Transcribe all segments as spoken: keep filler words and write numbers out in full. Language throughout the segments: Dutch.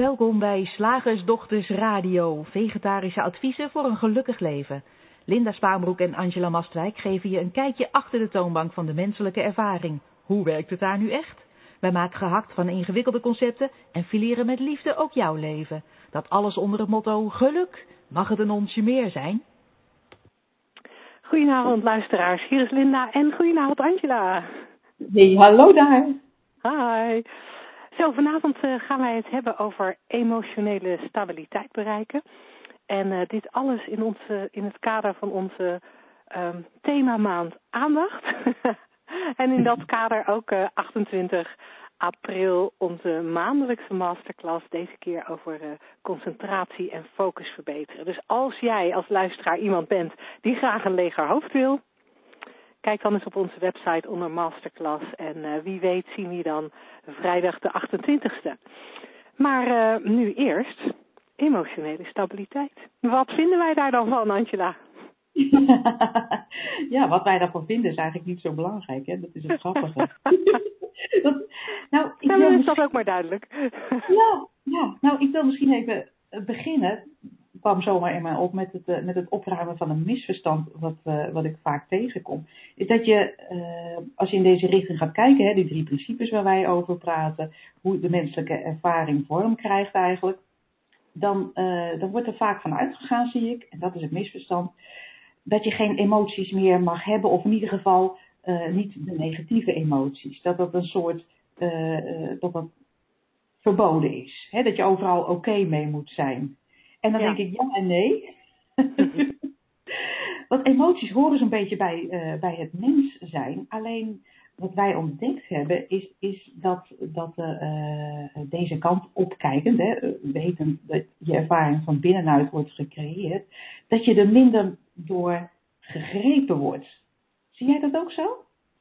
Welkom bij Slagersdochters Radio, vegetarische adviezen voor een gelukkig leven. Linda Spaanbroek en Angela Mastwijk geven je een kijkje achter de toonbank van de menselijke ervaring. Hoe werkt het daar nu echt? Wij maken gehakt van ingewikkelde concepten en fileren met liefde ook jouw leven. Dat alles onder het motto geluk. Mag het een onsje meer zijn? Goedenavond luisteraars, hier is Linda en goedenavond Angela. Hey, hallo daar. Hi. Zo, vanavond uh, gaan wij het hebben over emotionele stabiliteit bereiken. En uh, dit alles in, onze, in het kader van onze um, themamaand aandacht. En in dat kader ook uh, achtentwintig april onze maandelijkse masterclass. Deze keer over uh, concentratie en focus verbeteren. Dus als jij als luisteraar iemand bent die graag een leger hoofd wil, kijk dan eens op onze website onder masterclass. En uh, wie weet zien we je dan vrijdag de achtentwintigste. Maar uh, nu eerst emotionele stabiliteit. Wat vinden wij daar dan van, Angela? Ja, wat wij daarvan vinden is eigenlijk niet zo belangrijk, hè? Dat is het grappige. dat, nou, ik ja, wil is misschien... dat ook maar duidelijk. ja, ja, nou, ik wil misschien even beginnen. Ik kwam zomaar in mij op met het, uh, met het opruimen van een misverstand wat, uh, wat ik vaak tegenkom. Is dat je, uh, als je in deze richting gaat kijken, hè, die drie principes waar wij over praten, hoe de menselijke ervaring vorm krijgt eigenlijk, dan, uh, dan wordt er vaak van uitgegaan, zie ik, en dat is het misverstand, dat je geen emoties meer mag hebben, of in ieder geval uh, niet de negatieve emoties. Dat dat een soort, uh, uh, dat dat verboden is. Hè? Dat je overal oké okay mee moet zijn. En dan ja. denk ik ja en nee. Want emoties horen zo'n beetje bij, uh, bij het mens zijn. Alleen wat wij ontdekt hebben is, is dat, dat uh, deze kant opkijkend, hè, weten dat je ervaring van binnenuit wordt gecreëerd, dat je er minder door gegrepen wordt. Zie jij dat ook zo?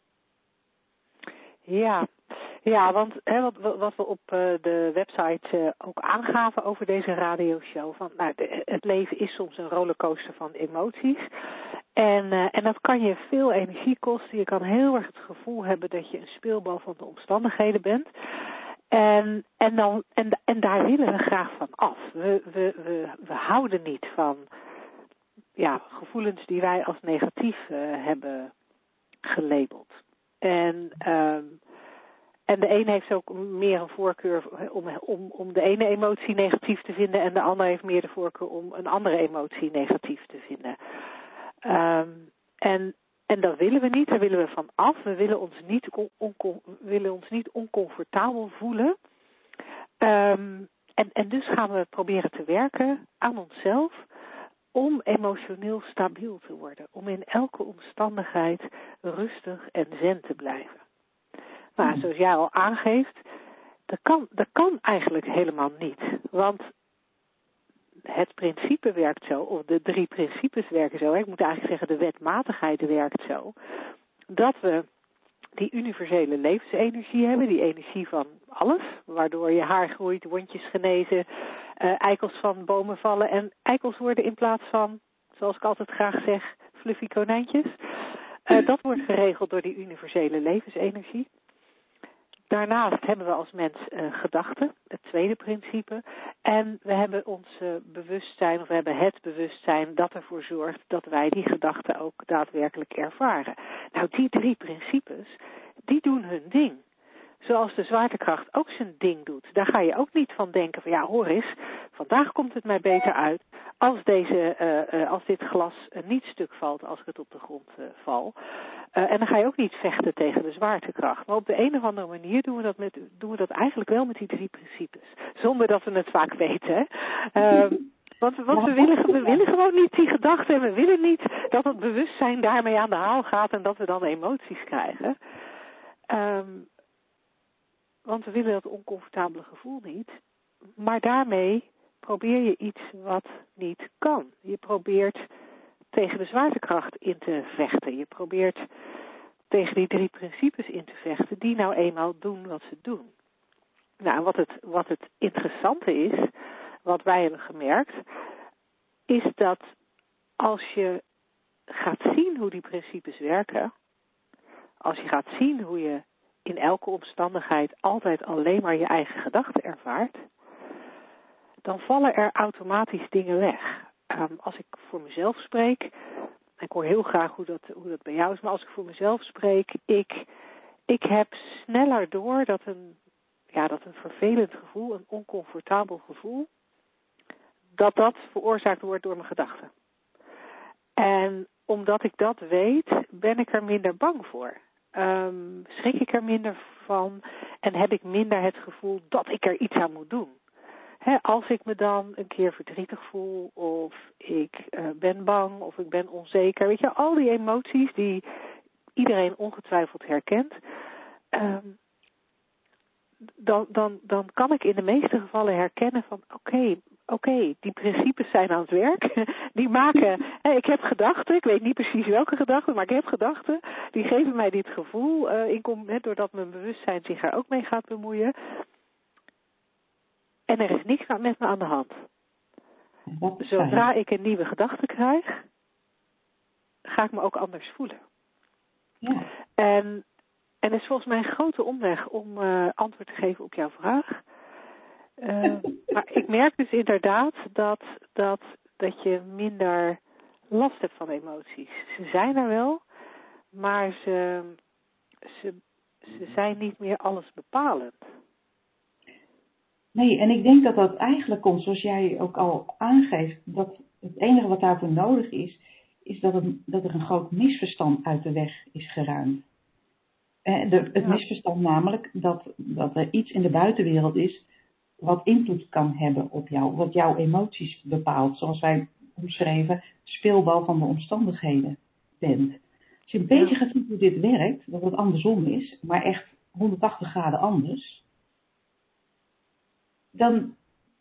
Ja, ja, want hè, wat, wat we op uh, de website uh, ook aangaven over deze radioshow, van nou, de, het leven is soms een rollercoaster van emoties. En, uh, en dat kan je veel energie kosten. Je kan heel erg het gevoel hebben dat je een speelbal van de omstandigheden bent. En, en, dan, en, en daar willen we graag van af. We, we, we, we houden niet van ja, gevoelens die wij als negatief uh, hebben gelabeld. En, um, en de een heeft ook meer een voorkeur om, om, om de ene emotie negatief te vinden en de ander heeft meer de voorkeur om een andere emotie negatief te vinden. Um, en, en dat willen we niet, daar willen we van af. We willen ons niet, on, on, willen ons niet oncomfortabel voelen. Um, en, en dus gaan we proberen te werken aan onszelf om emotioneel stabiel te worden. Om in elke omstandigheid rustig en zen te blijven. Maar zoals jij al aangeeft, dat kan, dat kan eigenlijk helemaal niet. Want het principe werkt zo, of de drie principes werken zo. Ik moet eigenlijk zeggen, de wetmatigheid werkt zo. Dat we die universele levensenergie hebben, die energie van alles, waardoor je haar groeit, wondjes genezen, uh, eikels van bomen vallen en eikels worden in plaats van, zoals ik altijd graag zeg, fluffy konijntjes. Uh, dat wordt geregeld door die universele levensenergie. Daarnaast hebben we als mens uh, gedachten, het tweede principe. En we hebben ons uh, bewustzijn, of we hebben het bewustzijn dat ervoor zorgt dat wij die gedachten ook daadwerkelijk ervaren. Nou, die drie principes, die doen hun ding. Zoals de zwaartekracht ook zijn ding doet. Daar ga je ook niet van denken van ja, hoor eens, vandaag komt het mij beter uit als, deze, uh, uh, als dit glas uh, niet stuk valt als ik het op de grond uh, val. Uh, en dan ga je ook niet vechten tegen de zwaartekracht. Maar op de een of andere manier doen we dat, met, doen we dat eigenlijk wel met die drie principes. Zonder dat we het vaak weten. Hè. Uh, want want we, willen, we willen gewoon niet die gedachten en we willen niet dat het bewustzijn daarmee aan de haal gaat en dat we dan emoties krijgen. Um, Want we willen dat oncomfortabele gevoel niet. Maar daarmee probeer je iets wat niet kan. Je probeert tegen de zwaartekracht in te vechten. Je probeert tegen die drie principes in te vechten die nou eenmaal doen wat ze doen. Nou, wat het, wat het interessante is, wat wij hebben gemerkt, is dat als je gaat zien hoe die principes werken, als je gaat zien hoe je in elke omstandigheid altijd alleen maar je eigen gedachten ervaart, dan vallen er automatisch dingen weg. Um, als ik voor mezelf spreek, en ik hoor heel graag hoe dat, hoe dat bij jou is, maar als ik voor mezelf spreek, ik, ik heb sneller door dat een, ja, dat een vervelend gevoel, een oncomfortabel gevoel, dat dat veroorzaakt wordt door mijn gedachten. En omdat ik dat weet, ben ik er minder bang voor. Um, schrik ik er minder van en heb ik minder het gevoel dat ik er iets aan moet doen. He, als ik me dan een keer verdrietig voel of ik uh, ben bang of ik ben onzeker. Weet je, al die emoties die iedereen ongetwijfeld herkent. Um, dan, dan, dan kan ik in de meeste gevallen herkennen van oké, okay, oké, okay, die principes zijn aan het werk. Die maken, hè, ik heb gedachten, ik weet niet precies welke gedachten, maar ik heb gedachten. Die geven mij dit gevoel, uh, in, hè, doordat mijn bewustzijn zich er ook mee gaat bemoeien. En er is niks met me aan de hand. Zodra ik een nieuwe gedachte krijg, ga ik me ook anders voelen. Ja. En... En het is volgens mij een grote omweg om uh, antwoord te geven op jouw vraag. Uh, maar ik merk dus inderdaad dat, dat, dat je minder last hebt van emoties. Ze zijn er wel, maar ze, ze, ze zijn niet meer alles bepalend. Nee, en ik denk dat dat eigenlijk komt, zoals jij ook al aangeeft, dat het enige wat daarvoor nodig is, is dat er, dat er een groot misverstand uit de weg is geruimd. De, het ja. misverstand namelijk dat, dat er iets in de buitenwereld is wat invloed kan hebben op jou, wat jouw emoties bepaalt. Zoals wij omschreven, speelbal van de omstandigheden bent. Als je een ja. beetje gaat zien hoe dit werkt, dat het andersom is, maar echt honderdtachtig graden anders, dan,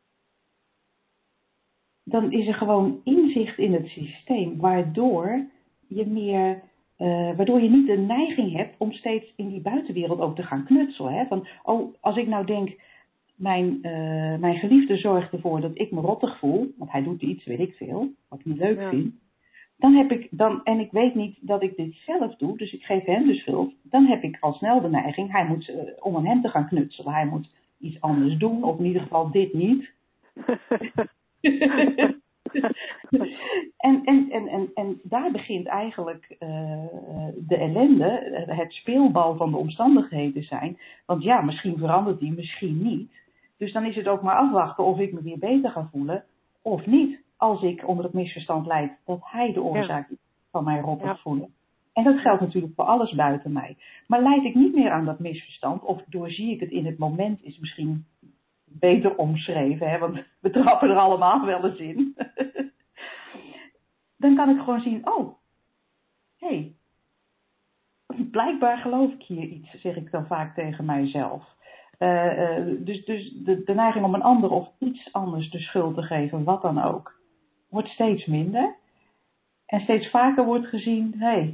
dan is er gewoon inzicht in het systeem, waardoor je meer... Uh, waardoor je niet de neiging hebt om steeds in die buitenwereld ook te gaan knutselen. Hè? Van, oh, als ik nou denk, mijn, uh, mijn geliefde zorgt ervoor dat ik me rottig voel, want hij doet iets, weet ik veel, wat ik niet leuk ja. vind. Dan heb ik, dan, en ik weet niet dat ik dit zelf doe, dus ik geef hem de schuld. Dan heb ik al snel de neiging, hij moet, uh, om aan hem te gaan knutselen. Hij moet iets anders doen, of in ieder geval dit niet. en, en, en, en, en daar begint eigenlijk uh, de ellende, het speelbal van de omstandigheden zijn. Want ja, misschien verandert die, misschien niet. Dus dan is het ook maar afwachten of ik me weer beter ga voelen of niet. Als ik onder het misverstand lijd dat hij de oorzaak ja. van mijn rottig ja. voelen. En dat geldt natuurlijk voor alles buiten mij. Maar lijd ik niet meer aan dat misverstand, of doorzie ik het in het moment, is misschien beter omschreven, hè, want we trappen er allemaal wel eens in. Dan kan ik gewoon zien, oh, hé, hey, blijkbaar geloof ik hier iets, zeg ik dan vaak tegen mijzelf. Uh, uh, dus dus de, de neiging om een ander of iets anders de schuld te geven, wat dan ook, wordt steeds minder. En steeds vaker wordt gezien, hé, hey,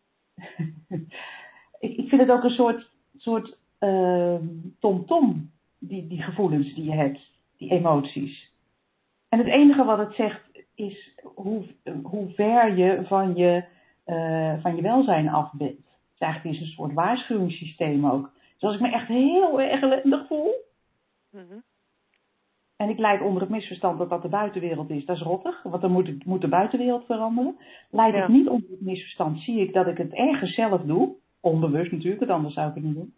ik, ik vind het ook een soort, soort uh, tom-tom, die, die gevoelens die je hebt, die emoties. En het enige wat het zegt is hoe, hoe ver je van je, uh, van je welzijn af bent. Het is eigenlijk een soort waarschuwingssysteem ook. Dus als ik me echt heel erg ellendig voel, mm-hmm. en ik lijd onder het misverstand dat dat de buitenwereld is, dat is rottig, want dan moet, ik, moet de buitenwereld veranderen. Lijd ja. ik niet onder het misverstand, zie ik dat ik het ergens zelf doe, onbewust natuurlijk, want anders zou ik het niet doen.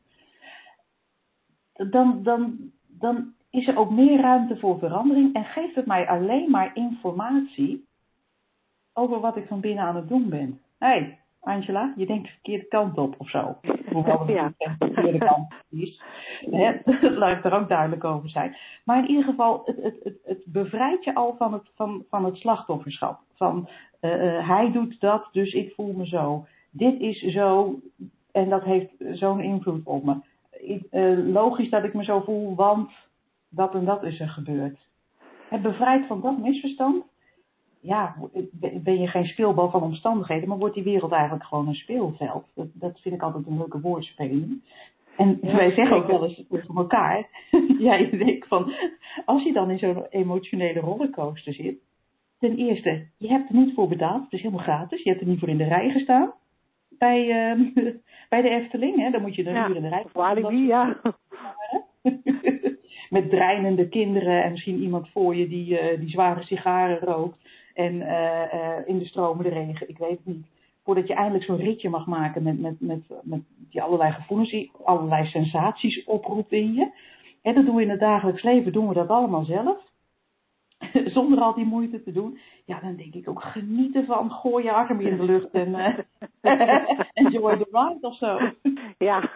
Dan, dan, dan is er ook meer ruimte voor verandering en geeft het mij alleen maar informatie over wat ik van binnen aan het doen ben. Hé, hey, Angela, je denkt de verkeerde kant op of zo. Hoewel het ja. de verkeerde kant is. Hè? Laat ik er ook duidelijk over zijn. Maar in ieder geval, het, het, het, het bevrijdt je al van het, van, van het slachtofferschap. Van, uh, uh, hij doet dat, dus ik voel me zo. Dit is zo en dat heeft zo'n invloed op me. Uh, logisch dat ik me zo voel, want dat en dat is er gebeurd. Het bevrijdt van dat misverstand. Ja, ben je geen speelbal van omstandigheden, maar wordt die wereld eigenlijk gewoon een speelveld. Dat, dat vind ik altijd een leuke woordspeling. En ja, wij zeggen ook wel eens tegen elkaar, jij en ik, van als je dan in zo'n emotionele rollercoaster zit, ten eerste, je hebt er niet voor betaald, het is helemaal gratis, je hebt er niet voor in de rij gestaan. Bij, uh, bij de Efteling, hè, dan moet je een ja, uur in de rij staan. Walibi, ja. met dreinende kinderen en misschien iemand voor je die, uh, die zware sigaren rookt. En uh, uh, in de stromende regen, ik weet het niet. Voordat je eindelijk zo'n ritje mag maken met, met, met, met die allerlei gevoelens, die allerlei sensaties oproept in je. En dat doen we in het dagelijks leven, doen we dat allemaal zelf. Zonder al die moeite te doen. Ja, dan denk ik ook genieten van, gooi je armen in de lucht en uh, enjoy the ride of zo. Ja,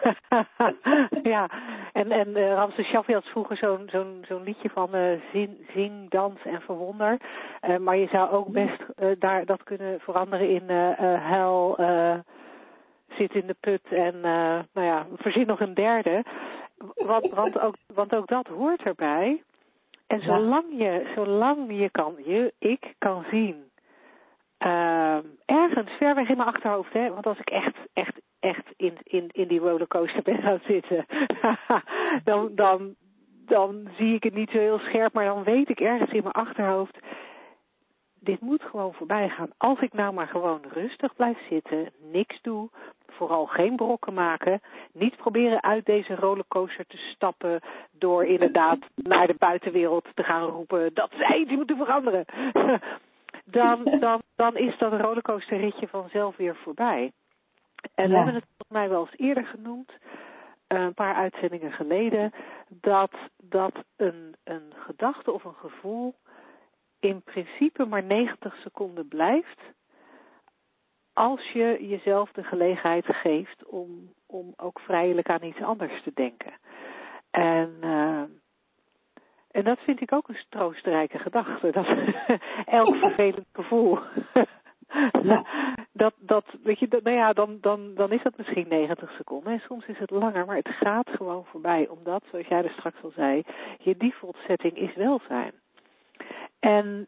ja. En, en uh, Ramses Shaffi had vroeger zo'n, zo'n, zo'n liedje van uh, zing, zing, dans en verwonder. Uh, maar je zou ook best uh, daar dat kunnen veranderen in uh, uh, huil, uh, zit in de put en uh, nou ja, verzin nog een derde. Want, want, ook, want ook dat hoort erbij. En zolang je, zolang je kan, je, ik kan zien, uh, ergens ver weg in mijn achterhoofd, hè, want als ik echt, echt, echt in, in, in die rollercoaster ben gaan zitten, dan, dan, dan zie ik het niet zo heel scherp, maar dan weet ik ergens in mijn achterhoofd, dit moet gewoon voorbij gaan. Als ik nou maar gewoon rustig blijf zitten, niks doe, vooral geen brokken maken, niet proberen uit deze rollercoaster te stappen door inderdaad naar de buitenwereld te gaan roepen dat zij iets moeten veranderen. Dan, dan, dan is dat rollercoasterritje vanzelf weer voorbij. En ja. We hebben het volgens mij wel eens eerder genoemd, een paar uitzendingen geleden, dat, dat een, een gedachte of een gevoel in principe maar negentig seconden blijft als je jezelf de gelegenheid geeft om, om ook vrijelijk aan iets anders te denken. En, uh, en dat vind ik ook een troostrijke gedachte. Dat elk vervelend gevoel. Ja. dat, dat, weet je, dat, nou ja, dan, dan, dan is dat misschien negentig seconden. En soms is het langer, maar het gaat gewoon voorbij. Omdat, zoals jij er straks al zei, je default setting is welzijn. En,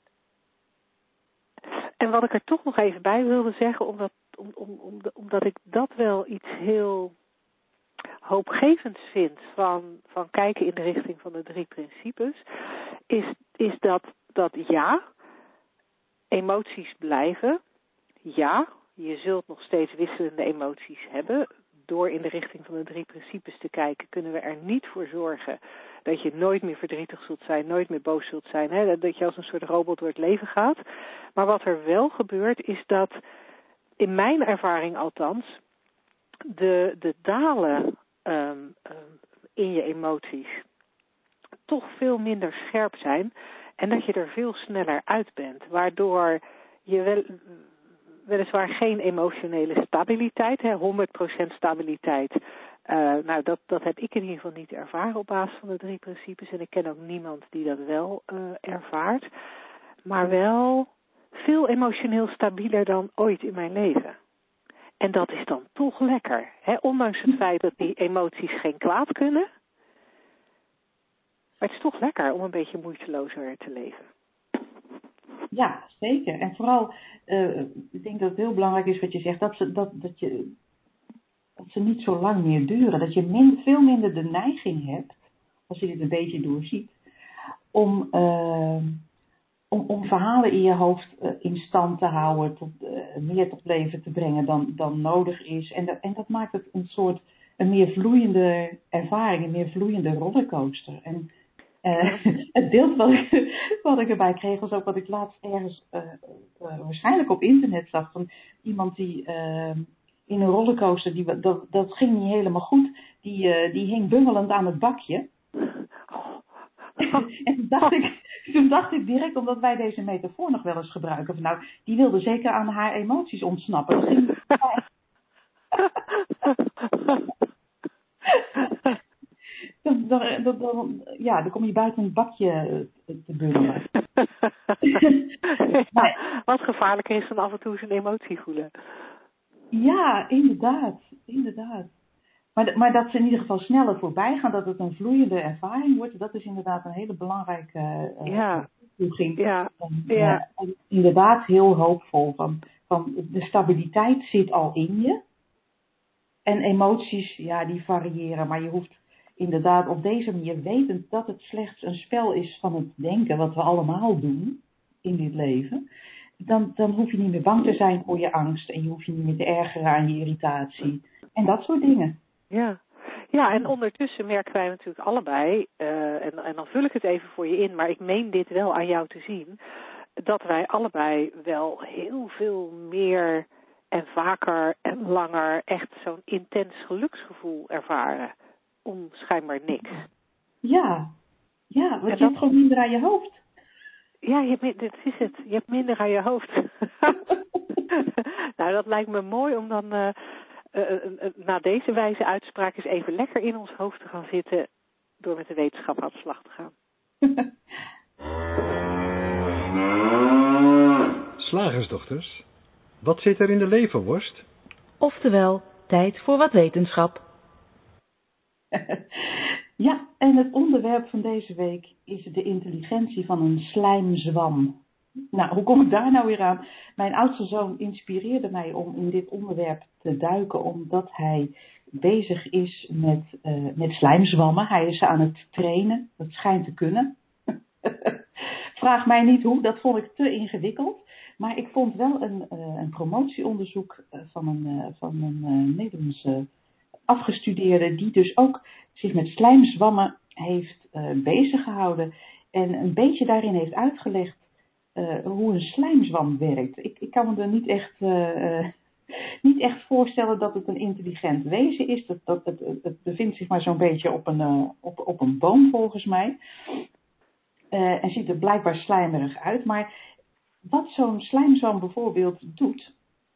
en wat ik er toch nog even bij wilde zeggen, omdat, om, om, om, omdat ik dat wel iets heel hoopgevends vind van, van kijken in de richting van de drie principes, is, is dat, dat ja, emoties blijven. Ja, je zult nog steeds wisselende emoties hebben. Door in de richting van de drie principes te kijken, kunnen we er niet voor zorgen dat je nooit meer verdrietig zult zijn, nooit meer boos zult zijn. Hè? Dat je als een soort robot door het leven gaat. Maar wat er wel gebeurt, is dat, in mijn ervaring althans, de, de dalen um, um, in je emoties toch veel minder scherp zijn. En dat je er veel sneller uit bent. Waardoor je wel, weliswaar geen emotionele stabiliteit, hè, honderd procent stabiliteit. Uh, nou, dat, dat heb ik in ieder geval niet ervaren op basis van de drie principes. En ik ken ook niemand die dat wel uh, ervaart. Maar wel veel emotioneel stabieler dan ooit in mijn leven. En dat is dan toch lekker. Hè? Ondanks het feit dat die emoties geen kwaad kunnen. Maar het is toch lekker om een beetje moeitelozer te leven. Ja, zeker. En vooral, uh, ik denk dat het heel belangrijk is wat je zegt, dat ze, dat, dat je, dat ze niet zo lang meer duren. Dat je min, veel minder de neiging hebt, als je dit een beetje doorziet, om, uh, om, om verhalen in je hoofd uh, in stand te houden, tot, uh, meer tot leven te brengen dan, dan nodig is. En dat, en dat maakt het een soort, een meer vloeiende ervaring, een meer vloeiende rollercoaster. En Uh, het beeld wat ik, wat ik erbij kreeg was ook wat ik laatst ergens uh, uh, waarschijnlijk op internet zag van iemand die uh, in een rollercoaster, die, dat, dat ging niet helemaal goed, die, uh, die hing bungelend aan het bakje. En toen dacht, ik, toen dacht ik direct, omdat wij deze metafoor nog wel eens gebruiken, van nou, die wilde zeker aan haar emoties ontsnappen. Dat ging Dan, dan, dan, dan, ja, dan kom je buiten een bakje te bungelen. Ja, wat gevaarlijker is dan af en toe zijn emotie voelen. Ja, inderdaad. inderdaad. Maar, maar dat ze in ieder geval sneller voorbij gaan, dat het een vloeiende ervaring wordt, dat is inderdaad een hele belangrijke uh, ja. toevoeging. Ja. En, Ja. uh, inderdaad heel hoopvol. Van, van de stabiliteit zit al in je. En emoties, ja, die variëren, maar je hoeft inderdaad op deze manier wetend dat het slechts een spel is van het denken, wat we allemaal doen in dit leven, dan, dan hoef je niet meer bang te zijn voor je angst en je hoeft je niet meer te ergeren aan je irritatie en dat soort dingen. Ja, Ja, en ondertussen merken wij natuurlijk allebei, uh, en, en dan vul ik het even voor je in, maar ik meen dit wel aan jou te zien, dat wij allebei wel heel veel meer en vaker en langer echt zo'n intens geluksgevoel ervaren. Om schijnbaar niks. Ja, ja, want en je dat... hebt gewoon minder aan je hoofd. Ja, je hebt, dat is het. Je hebt minder aan je hoofd. Nou, dat lijkt me mooi om dan uh, uh, uh, uh, na deze wijze uitspraak eens even lekker in ons hoofd te gaan zitten door met de wetenschap aan de slag te gaan. Slagersdochters, wat zit er in de leverworst? Oftewel, tijd voor wat wetenschap. Ja, en het onderwerp van deze week is de intelligentie van een slijmzwam. Nou, hoe kom ik daar nou weer aan? Mijn oudste zoon inspireerde mij om in dit onderwerp te duiken, omdat hij bezig is met, uh, met slijmzwammen. Hij is aan het trainen, dat schijnt te kunnen. Vraag mij niet hoe, dat vond ik te ingewikkeld. Maar ik vond wel een, uh, een promotieonderzoek van een, uh, van een uh, Nederlandse afgestudeerde die dus ook zich met slijmzwammen heeft uh, bezig gehouden en een beetje daarin heeft uitgelegd uh, hoe een slijmzwam werkt. Ik, ik kan me er niet echt, uh, uh, niet echt voorstellen dat het een intelligent wezen is. Dat, dat, het, het bevindt zich maar zo'n beetje op een, uh, op, op een boom volgens mij. Uh, en ziet er blijkbaar slijmerig uit. Maar wat zo'n slijmzwam bijvoorbeeld doet,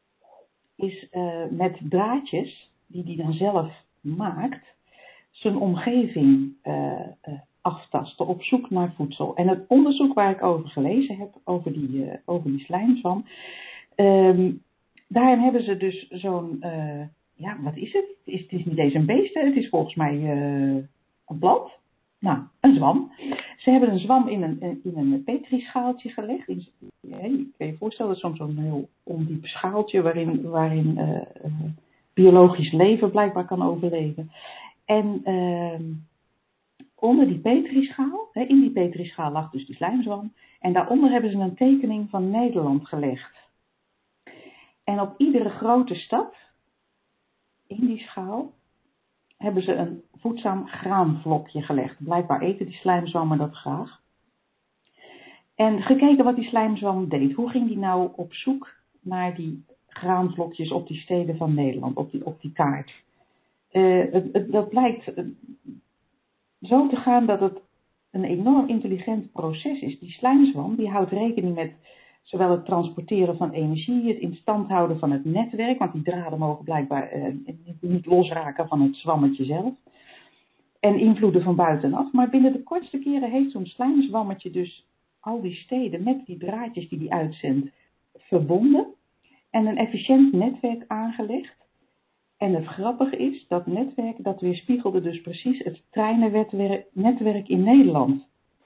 is uh, met draadjes die hij dan zelf maakt, zijn omgeving uh, uh, aftasten op zoek naar voedsel. En het onderzoek waar ik over gelezen heb, over die, uh, over die slijmzwam, um, daarin hebben ze dus zo'n, uh, ja, wat is het? Het is, het is niet eens een beest, het is volgens mij uh, een plant. Nou, een zwam. Ze hebben een zwam in een, in een petrischaaltje gelegd. In, ja, je kan je voorstellen, dat is soms zo'n heel ondiep schaaltje waarin, waarin uh, uh, biologisch leven blijkbaar kan overleven. En uh, onder die petrischaal, hè, in die petrischaal lag dus die slijmzwam. En daaronder hebben ze een tekening van Nederland gelegd. En op iedere grote stad in die schaal hebben ze een voedzaam graanvlokje gelegd. Blijkbaar eten die slijmzwammen dat graag. En gekeken wat die slijmzwam deed. Hoe ging die nou op zoek naar die graanvlokjes op die steden van Nederland, op die, op die kaart? Uh, het, het, dat blijkt uh, zo te gaan dat het een enorm intelligent proces is. Die slijmzwam die houdt rekening met zowel het transporteren van energie, het in stand houden van het netwerk, want die draden mogen blijkbaar uh, niet losraken van het zwammetje zelf. En invloeden van buitenaf. Maar binnen de kortste keren heeft zo'n slijmzwammetje dus al die steden met die draadjes die die uitzendt verbonden. En een efficiënt netwerk aangelegd. En het grappige is, dat netwerk dat weerspiegelde dus precies het treinennetwerk in Nederland.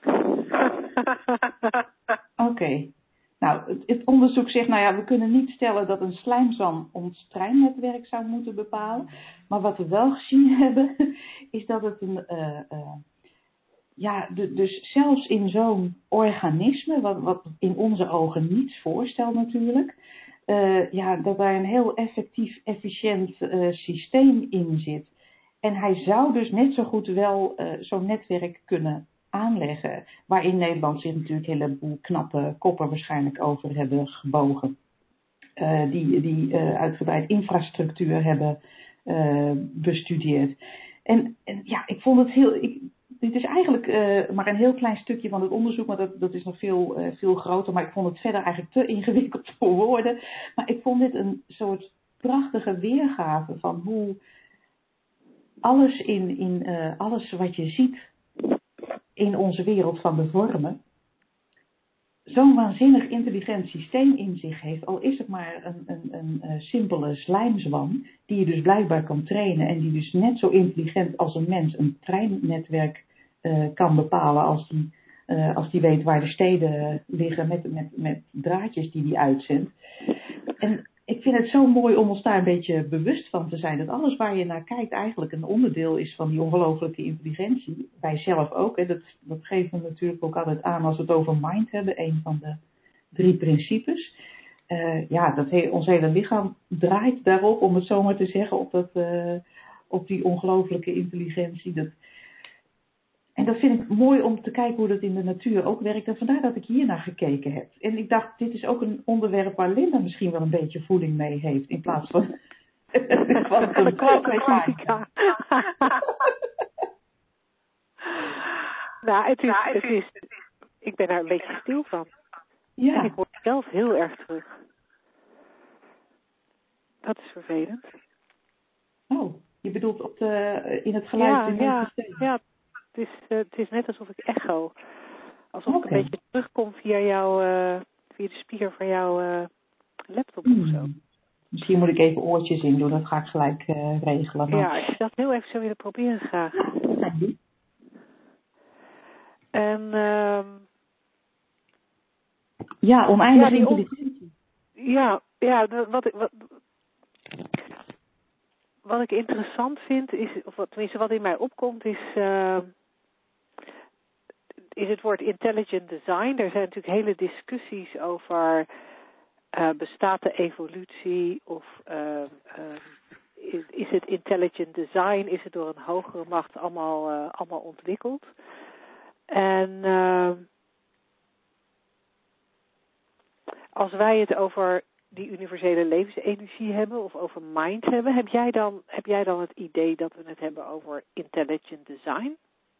Oké. Okay. Nou, het, het onderzoek zegt, nou ja, we kunnen niet stellen dat een slijmzwam ons treinnetwerk zou moeten bepalen. Maar wat we wel gezien hebben, is dat het een, uh, uh, ja, de, dus zelfs in zo'n organisme, wat, wat in onze ogen niets voorstelt natuurlijk, uh, ja, dat daar een heel effectief, efficiënt uh, systeem in zit. En hij zou dus net zo goed wel uh, zo'n netwerk kunnen aanleggen, waarin Nederland zich natuurlijk een heleboel knappe koppen waarschijnlijk over hebben gebogen. Uh, die die uh, uitgebreid infrastructuur hebben uh, bestudeerd. En, en ja, ik vond het heel... Ik, dit is eigenlijk uh, maar een heel klein stukje van het onderzoek, maar dat, dat is nog veel, uh, veel groter. Maar ik vond het verder eigenlijk te ingewikkeld voor woorden. Maar ik vond dit een soort prachtige weergave van hoe alles, in, in, uh, alles wat je ziet in onze wereld van de vormen zo'n waanzinnig intelligent systeem in zich heeft. Al is het maar een, een, een, een simpele slijmzwam, die je dus blijkbaar kan trainen en die dus net zo intelligent als een mens een treinnetwerk uh, kan bepalen als die, uh, als die weet waar de steden liggen met, met, met draadjes die die uitzendt. En ik vind het zo mooi om ons daar een beetje bewust van te zijn. Dat alles waar je naar kijkt eigenlijk een onderdeel is van die ongelooflijke intelligentie. Wij zelf ook. Hè. Dat, dat geven we natuurlijk ook altijd aan als we het over mind hebben. Een van de drie principes. Uh, ja, dat he, ons hele lichaam draait daarop, om het zo maar te zeggen, op dat, uh, op die ongelooflijke intelligentie. Dat, en dat vind ik mooi om te kijken hoe dat in de natuur ook werkt. En vandaar dat ik hier naar gekeken heb. En ik dacht, dit is ook een onderwerp waar Linda misschien wel een beetje voeling mee heeft. In plaats van de kwantumfysica. Nou, het is, het is, ik ben daar een beetje stil van. Ja. En ik word zelf heel erg terug. Dat is vervelend. Oh, je bedoelt op de, in het geluid ja, in ja, het systeem? Ja, het is, uh, het is net alsof ik echo. Alsof okay. ik een beetje terugkom via, jouw, uh, via de speaker van jouw uh, laptop hmm. of zo. Misschien moet ik even oortjes in doen, dat ga ik gelijk uh, regelen. Maar... Ja, als je dat heel even zou willen proberen, graag. Ja, dat zijn die. En, uh, ja, oneindige ja, intelligentie. On... Ja, ja, wat ik... Wat... Wat ik interessant vind is, of wat, tenminste wat in mij opkomt, is, uh, is het woord intelligent design. Er zijn natuurlijk hele discussies over, uh, bestaat de evolutie of uh, uh, is, is het intelligent design, is het door een hogere macht allemaal, uh, allemaal ontwikkeld. En uh, als wij het over die universele levensenergie hebben of over mind hebben, heb jij dan, heb jij dan het idee dat we het hebben over intelligent design?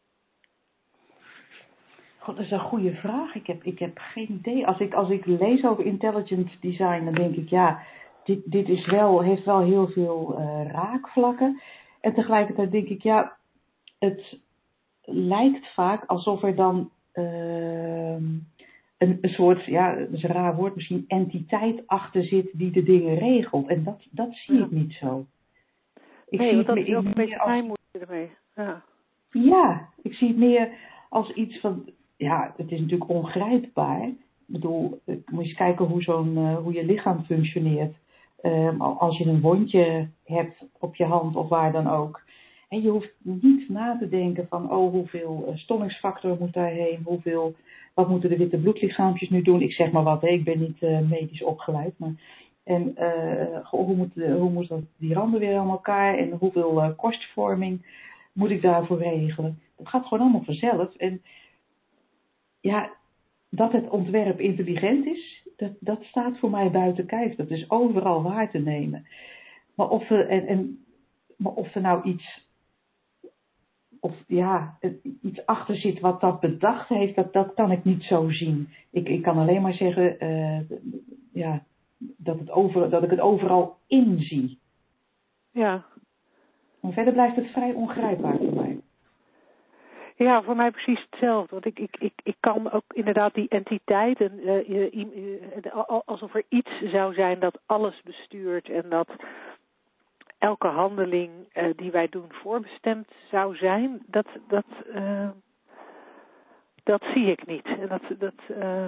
God, dat is een goede vraag. Ik heb, ik heb geen idee. Als ik, als ik lees over intelligent design, dan denk ik, ja, dit, dit is wel, heeft wel heel veel uh, raakvlakken. En tegelijkertijd denk ik, ja, het lijkt vaak alsof er dan uh, een, een soort, ja, dat is een raar woord, misschien entiteit achter zit die de dingen regelt. En dat, dat zie Ja. ik niet zo. Ik nee, zie want het dat me, is ook ik een beetje als... mijn moeite ermee. Ja. ja, ik zie het meer als iets van, ja, het is natuurlijk ongrijpbaar. Ik bedoel, moet je eens kijken hoe, zo'n, uh, hoe je lichaam functioneert. Um, als je een wondje hebt op je hand of waar dan ook. En je hoeft niet na te denken van, oh, hoeveel uh, stollingsfactor moet daarheen, hoeveel, wat moeten de witte bloedlichaampjes nu doen. Ik zeg maar wat, hè, ik ben niet uh, medisch opgeleid. Maar, en uh, hoe moet, de, hoe moet dat, die randen weer aan elkaar en hoeveel uh, korstvorming moet ik daarvoor regelen. Dat gaat gewoon allemaal vanzelf. En ja, dat het ontwerp intelligent is, dat, dat staat voor mij buiten kijf. Dat is overal waar te nemen. Maar of er, en, en, maar of er nou iets, of, ja, iets achter zit wat dat bedacht heeft, dat, dat kan ik niet zo zien. Ik, ik kan alleen maar zeggen uh, ja, dat, het over, dat ik het overal in zie. Ja. Maar verder blijft het vrij ongrijpbaar voor mij. Ja, voor mij precies hetzelfde. Want ik, ik, ik, ik kan ook inderdaad die entiteit, en, uh, uh, uh, alsof er iets zou zijn dat alles bestuurt en dat elke handeling uh, die wij doen voorbestemd zou zijn, dat, dat, uh, dat zie ik niet. En dat, dat, uh,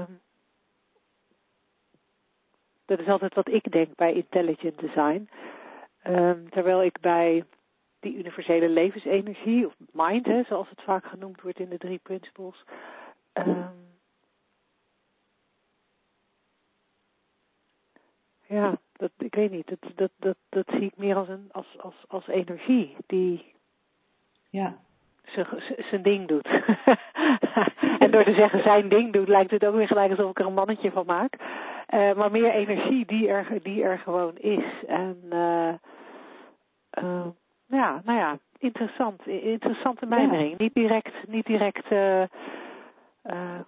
dat is altijd wat ik denk bij intelligent design. Uh, terwijl ik bij die universele levensenergie, of mind, hè, zoals het vaak genoemd wordt in de drie principles. Um, ja, dat, ik weet niet, dat, dat, dat, dat zie ik meer als, een, als, als, als energie die ja. zijn ding doet. En door te zeggen zijn ding doet, lijkt het ook weer gelijk alsof ik er een mannetje van maak. Uh, maar meer energie die er, die er gewoon is. En uh, uh, ja, nou ja, interessant. Interessante mijmering. Ja. Niet direct, niet direct uh, uh,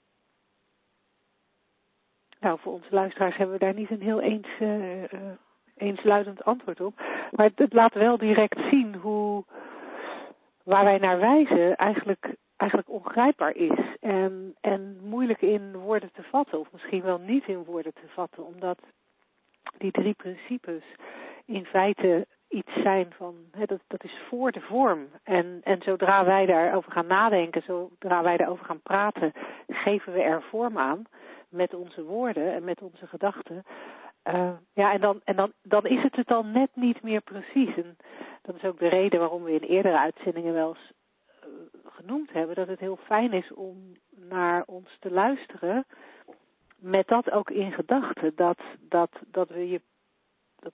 nou, voor onze luisteraars hebben we daar niet een heel eens, uh, uh, eensluidend antwoord op. Maar het, het laat wel direct zien hoe waar wij naar wijzen eigenlijk, eigenlijk ongrijpbaar is. En, en moeilijk in woorden te vatten. Of misschien wel niet in woorden te vatten. Omdat die drie principes in feite iets zijn van, hè, dat, dat is voor de vorm. En, en zodra wij daarover gaan nadenken, zodra wij daarover gaan praten, geven we er vorm aan met onze woorden en met onze gedachten. Uh, ja, en, dan, en dan, dan is het het dan net niet meer precies. En dat is ook de reden waarom we in eerdere uitzendingen wel eens uh, genoemd hebben, dat het heel fijn is om naar ons te luisteren, met dat ook in gedachten, dat, dat, dat we je dat we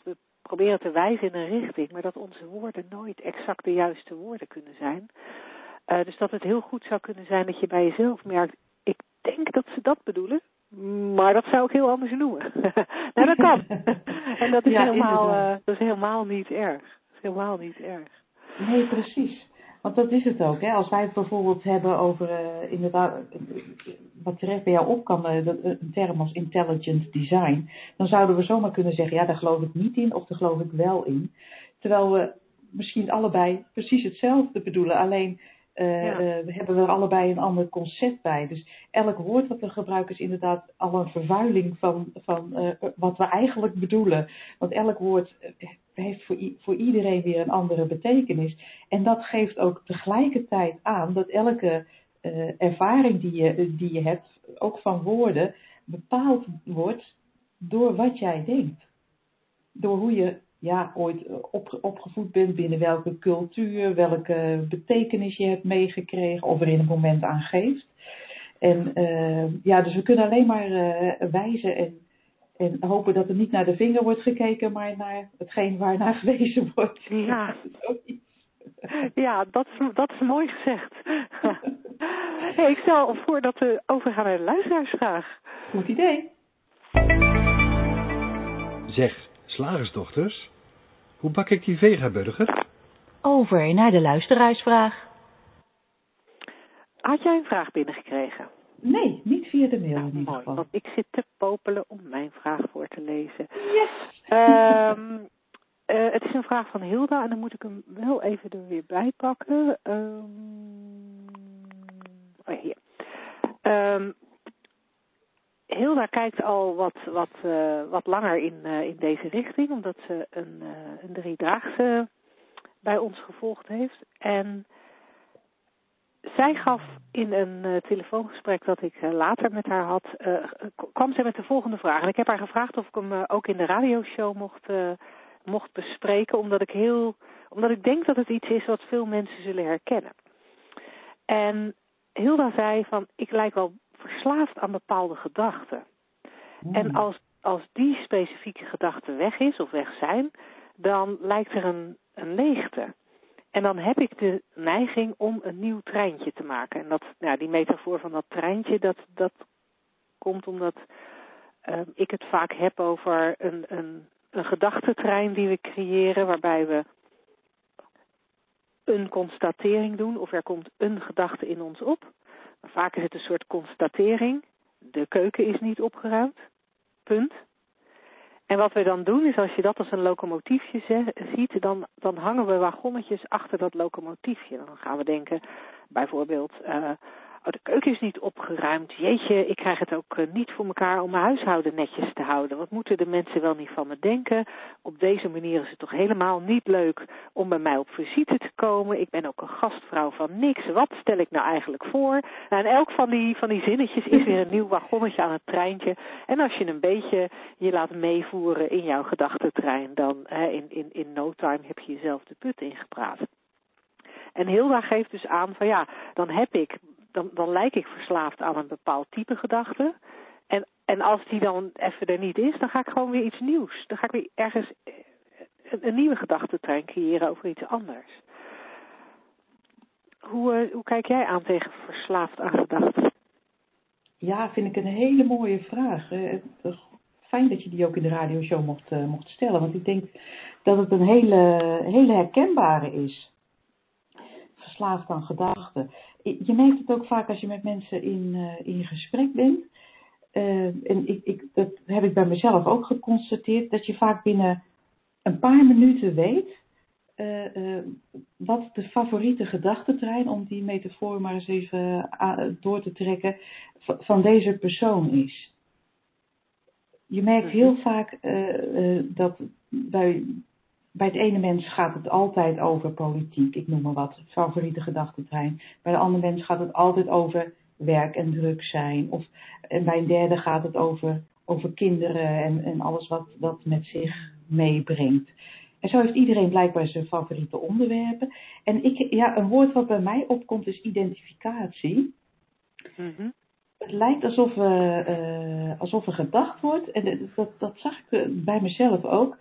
proberen te wijzen in een richting, maar dat onze woorden nooit exact de juiste woorden kunnen zijn. Uh, dus dat het heel goed zou kunnen zijn dat je bij jezelf merkt, ik denk dat ze dat bedoelen, maar dat zou ik heel anders noemen. Nou, dat kan. En dat is, ja, helemaal, uh, dat is helemaal niet erg. Dat is helemaal niet erg. Nee, precies. Want dat is het ook. Hè? Als wij het bijvoorbeeld hebben over, uh, inderdaad, wat terecht bij jou op kan, uh, een term als intelligent design, dan zouden we zomaar kunnen zeggen, ja, daar geloof ik niet in of daar geloof ik wel in. Terwijl we misschien allebei precies hetzelfde bedoelen, alleen uh, ja. uh, we hebben er allebei een ander concept bij. Dus elk woord wat we gebruiken is inderdaad al een vervuiling van, van uh, wat we eigenlijk bedoelen. Want elk woord heeft voor, i- voor iedereen weer een andere betekenis. En dat geeft ook tegelijkertijd aan dat elke uh, ervaring die je, die je hebt, ook van woorden, bepaald wordt door wat jij denkt. Door hoe je ja, ooit op, opgevoed bent, binnen welke cultuur, welke betekenis je hebt meegekregen of er in een moment aan geeft. En uh, ja, dus we kunnen alleen maar uh, wijzen en, en hopen dat er niet naar de vinger wordt gekeken, maar naar hetgeen waar naar gewezen wordt. Ja, ja dat, is, dat is mooi gezegd. Hey, ik stel voor dat we overgaan naar de luisteraarsvraag. Goed idee. Zeg, slagersdochters, hoe bak ik die vegaburger? Over naar de luisteraarsvraag. Had jij een vraag binnengekregen? Nee, niet via de mail nou, in ieder mooi, geval. Want ik zit te popelen om mijn vraag voor te lezen. Yes! Um, uh, het is een vraag van Hilda en dan moet ik hem wel even er weer bij pakken. Um, oh, hier. Um, Hilda kijkt al wat, wat, uh, wat langer in, uh, in deze richting, omdat ze een, uh, een driedaagse bij ons gevolgd heeft. En zij gaf in een uh, telefoongesprek dat ik uh, later met haar had, uh, kwam zij met de volgende vraag. En ik heb haar gevraagd of ik hem uh, ook in de radioshow mocht, uh, mocht bespreken, omdat ik, heel, omdat ik denk dat het iets is wat veel mensen zullen herkennen. En Hilda zei van, ik lijk wel verslaafd aan bepaalde gedachten. Mm. En als, als die specifieke gedachte weg is of weg zijn, dan lijkt er een, een leegte. En dan heb ik de neiging om een nieuw treintje te maken. En dat, nou, die metafoor van dat treintje, dat, dat komt omdat uh, ik het vaak heb over een, een, een gedachtentrein die we creëren, waarbij we een constatering doen, of er komt een gedachte in ons op. Maar vaak is het een soort constatering. De keuken is niet opgeruimd. Punt. En wat we dan doen is, als je dat als een locomotiefje ze- ziet, dan, dan hangen we wagonnetjes achter dat locomotiefje. Dan gaan we denken, bijvoorbeeld, uh, oh, de keuken is niet opgeruimd. Jeetje, ik krijg het ook uh, niet voor elkaar om mijn huishouden netjes te houden. Wat moeten de mensen wel niet van me denken? Op deze manier is het toch helemaal niet leuk om bij mij op visite te komen. Ik ben ook een gastvrouw van niks. Wat stel ik nou eigenlijk voor? Nou, en elk van die, van die zinnetjes is weer een nieuw wagonnetje aan het treintje. En als je een beetje je laat meevoeren in jouw gedachtentrein, dan hè, in, in, in no time heb je jezelf de put ingepraat. En Hilda geeft dus aan van ja, dan heb ik, dan, dan lijk ik verslaafd aan een bepaald type gedachte. En, en als die dan even er niet is, dan ga ik gewoon weer iets nieuws. Dan ga ik weer ergens een, een nieuwe gedachtentrein creëren over iets anders. Hoe, uh, hoe kijk jij aan tegen verslaafd aan gedachten? Ja, vind ik een hele mooie vraag. Uh, fijn dat je die ook in de radioshow mocht, uh, mocht stellen. Want ik denk dat het een hele, hele herkenbare is. Verslaafd aan gedachten. Je merkt het ook vaak als je met mensen in, uh, in gesprek bent. Uh, en ik, ik, dat heb ik bij mezelf ook geconstateerd. Dat je vaak binnen een paar minuten weet uh, uh, wat de favoriete gedachtentrein, om die metafoor maar eens even uh, door te trekken, van deze persoon is. Je merkt heel vaak uh, uh, dat bij, bij het ene mens gaat het altijd over politiek, ik noem maar wat, favoriete gedachtentrein. Bij de andere mens gaat het altijd over werk en druk zijn. Of, en bij een derde gaat het over, over kinderen en, en alles wat dat met zich meebrengt. En zo heeft iedereen blijkbaar zijn favoriete onderwerpen. En ik, ja, een woord wat bij mij opkomt is identificatie. Mm-hmm. Het lijkt alsof, uh, uh, alsof er gedacht wordt, en dat, dat zag ik bij mezelf ook,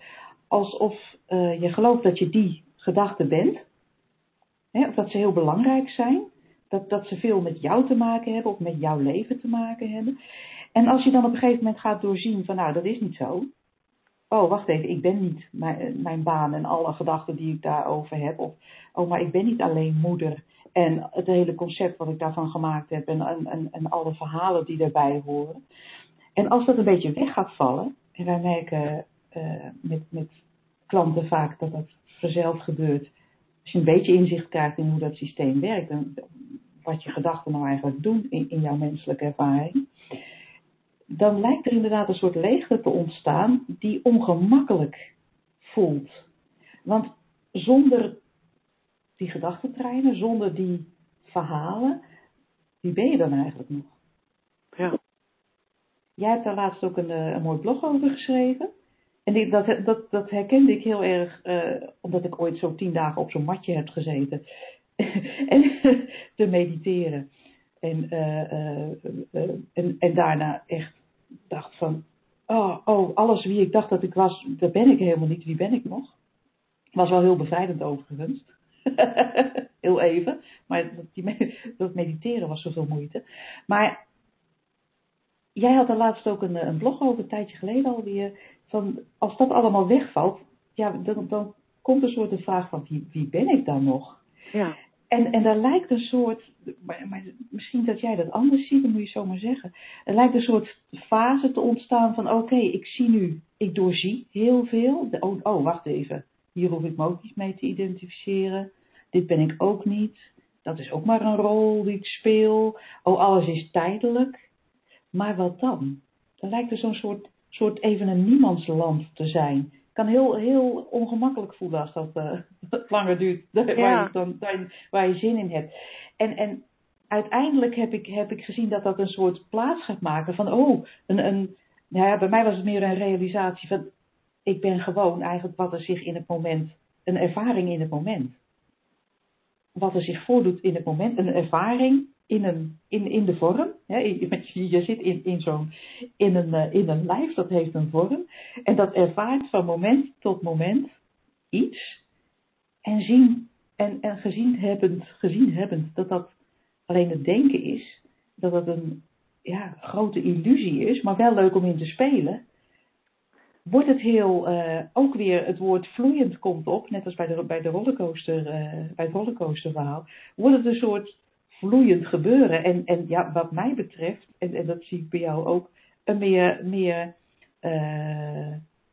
alsof uh, je gelooft dat je die gedachte bent. Hè, of dat ze heel belangrijk zijn. Dat, dat ze veel met jou te maken hebben of met jouw leven te maken hebben. En als je dan op een gegeven moment gaat doorzien van nou, dat is niet zo. Oh, wacht even, ik ben niet mijn, mijn baan en alle gedachten die ik daarover heb. Of, oh, maar ik ben niet alleen moeder. En het hele concept wat ik daarvan gemaakt heb en, en, en, en alle verhalen die daarbij horen. En als dat een beetje weg gaat vallen, en wij merken uh, met, met klanten vaak dat dat vanzelf gebeurt. Als je een beetje inzicht krijgt in hoe dat systeem werkt en wat je gedachten nou eigenlijk doen in, in jouw menselijke ervaring. Dan lijkt er inderdaad een soort leegte te ontstaan die ongemakkelijk voelt. Want zonder die gedachtentreinen, zonder die verhalen, wie ben je dan eigenlijk nog? Ja. Jij hebt daar laatst ook een, een mooi blog over geschreven. En die, dat, dat, dat herkende ik heel erg, uh, omdat ik ooit zo tien dagen op zo'n matje heb gezeten. en te mediteren. En, uh, uh, uh, en, en daarna echt dacht van, oh, oh, alles wie ik dacht dat ik was, dat ben ik helemaal niet. Wie ben ik nog? Was wel heel bevrijdend overigens. heel even. Maar dat, die, dat mediteren was zoveel moeite. Maar jij had er laatst ook een, een blog over, een tijdje geleden alweer. Van, als dat allemaal wegvalt, ja, dan, dan komt een soort de vraag van, wie, wie ben ik dan nog? Ja. En, en daar lijkt een soort, maar, maar misschien dat jij dat anders ziet, dan moet je zo maar zeggen. Er lijkt een soort fase te ontstaan van oké, okay, ik zie nu, ik doorzie heel veel. De, oh, oh, wacht even, hier hoef ik me ook niet mee te identificeren. Dit ben ik ook niet. Dat is ook maar een rol die ik speel. Oh, alles is tijdelijk. Maar wat dan? Dan lijkt er zo'n soort, soort even een niemandsland te zijn. Kan heel, heel ongemakkelijk voelen als dat uh, langer duurt, ja. waar, je dan, waar je zin in hebt. En, en uiteindelijk heb ik, heb ik gezien dat dat een soort plaats gaat maken van, oh, een, een, nou ja, bij mij was het meer een realisatie van, ik ben gewoon eigenlijk wat er zich in het moment, een ervaring in het moment. Wat er zich voordoet in het moment, een ervaring in, een, in, in de vorm. Hè? Je, je zit in, in, zo'n, in, een, in een lijf, dat heeft een vorm. En dat ervaart van moment tot moment iets. En, zien, en, en gezien, hebbend, gezien hebbend dat dat alleen het denken is. Dat dat een ja, grote illusie is, maar wel leuk om in te spelen. Wordt het heel, uh, ook weer het woord vloeiend komt op, net als bij de, bij de rollercoaster, uh, bij het rollercoasterverhaal, wordt het een soort vloeiend gebeuren. En, en ja, wat mij betreft, en, en dat zie ik bij jou ook, een meer, meer uh,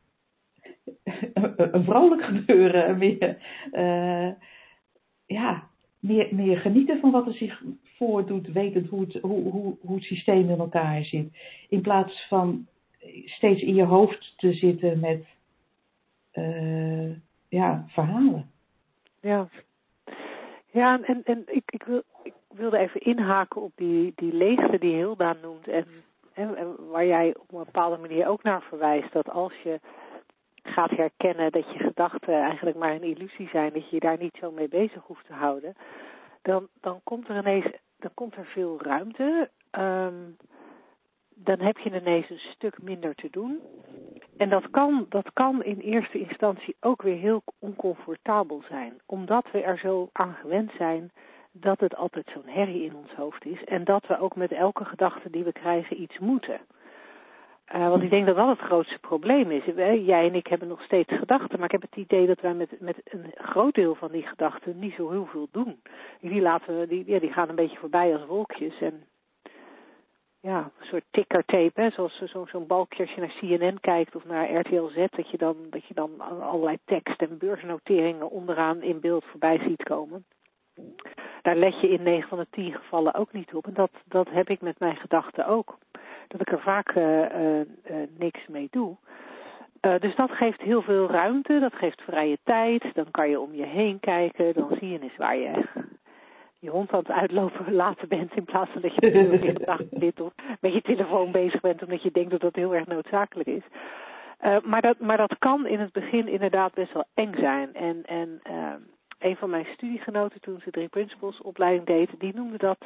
een vrolijk gebeuren, een meer, uh, ja, meer, meer genieten van wat er zich voordoet, wetend hoe het, hoe, hoe, hoe het systeem in elkaar zit. In plaats van steeds in je hoofd te zitten met uh, ja, verhalen. Ja, ja en, en ik, ik, wil, ik wilde even inhaken op die, die leegte die Hilda noemt. En, en, en waar jij op een bepaalde manier ook naar verwijst. Dat als je gaat herkennen dat je gedachten eigenlijk maar een illusie zijn. Dat je je daar niet zo mee bezig hoeft te houden. Dan, dan komt er ineens dan komt er veel ruimte. Um, dan heb je ineens een stuk minder te doen. En dat kan, dat kan in eerste instantie ook weer heel oncomfortabel zijn. Omdat we er zo aan gewend zijn dat het altijd zo'n herrie in ons hoofd is. En dat we ook met elke gedachte die we krijgen iets moeten. Uh, want ik denk dat dat het grootste probleem is. Jij en ik hebben nog steeds gedachten, maar ik heb het idee dat wij met, met een groot deel van die gedachten niet zo heel veel doen. Die, laten we, die, ja, die gaan een beetje voorbij als wolkjes en ja, een soort tickertape, hè, zoals zo, zo'n balkje als je naar C N N kijkt of naar R T L Z, dat je dan, dat je dan allerlei tekst en beursnoteringen onderaan in beeld voorbij ziet komen. Daar let je in negen van de tien gevallen ook niet op. En dat, dat heb ik met mijn gedachten ook. Dat ik er vaak uh, uh, uh, niks mee doe. Uh, dus dat geeft heel veel ruimte, dat geeft vrije tijd. Dan kan je om je heen kijken, dan zie je eens waar je je hond aan het uitlopen laten bent, in plaats van dat je de hele dag zit of met je telefoon bezig bent, omdat je denkt dat dat heel erg noodzakelijk is. Uh, maar, dat, maar dat kan in het begin inderdaad best wel eng zijn. En, en uh, een van mijn studiegenoten, toen ze drie principles opleiding deed, die noemde dat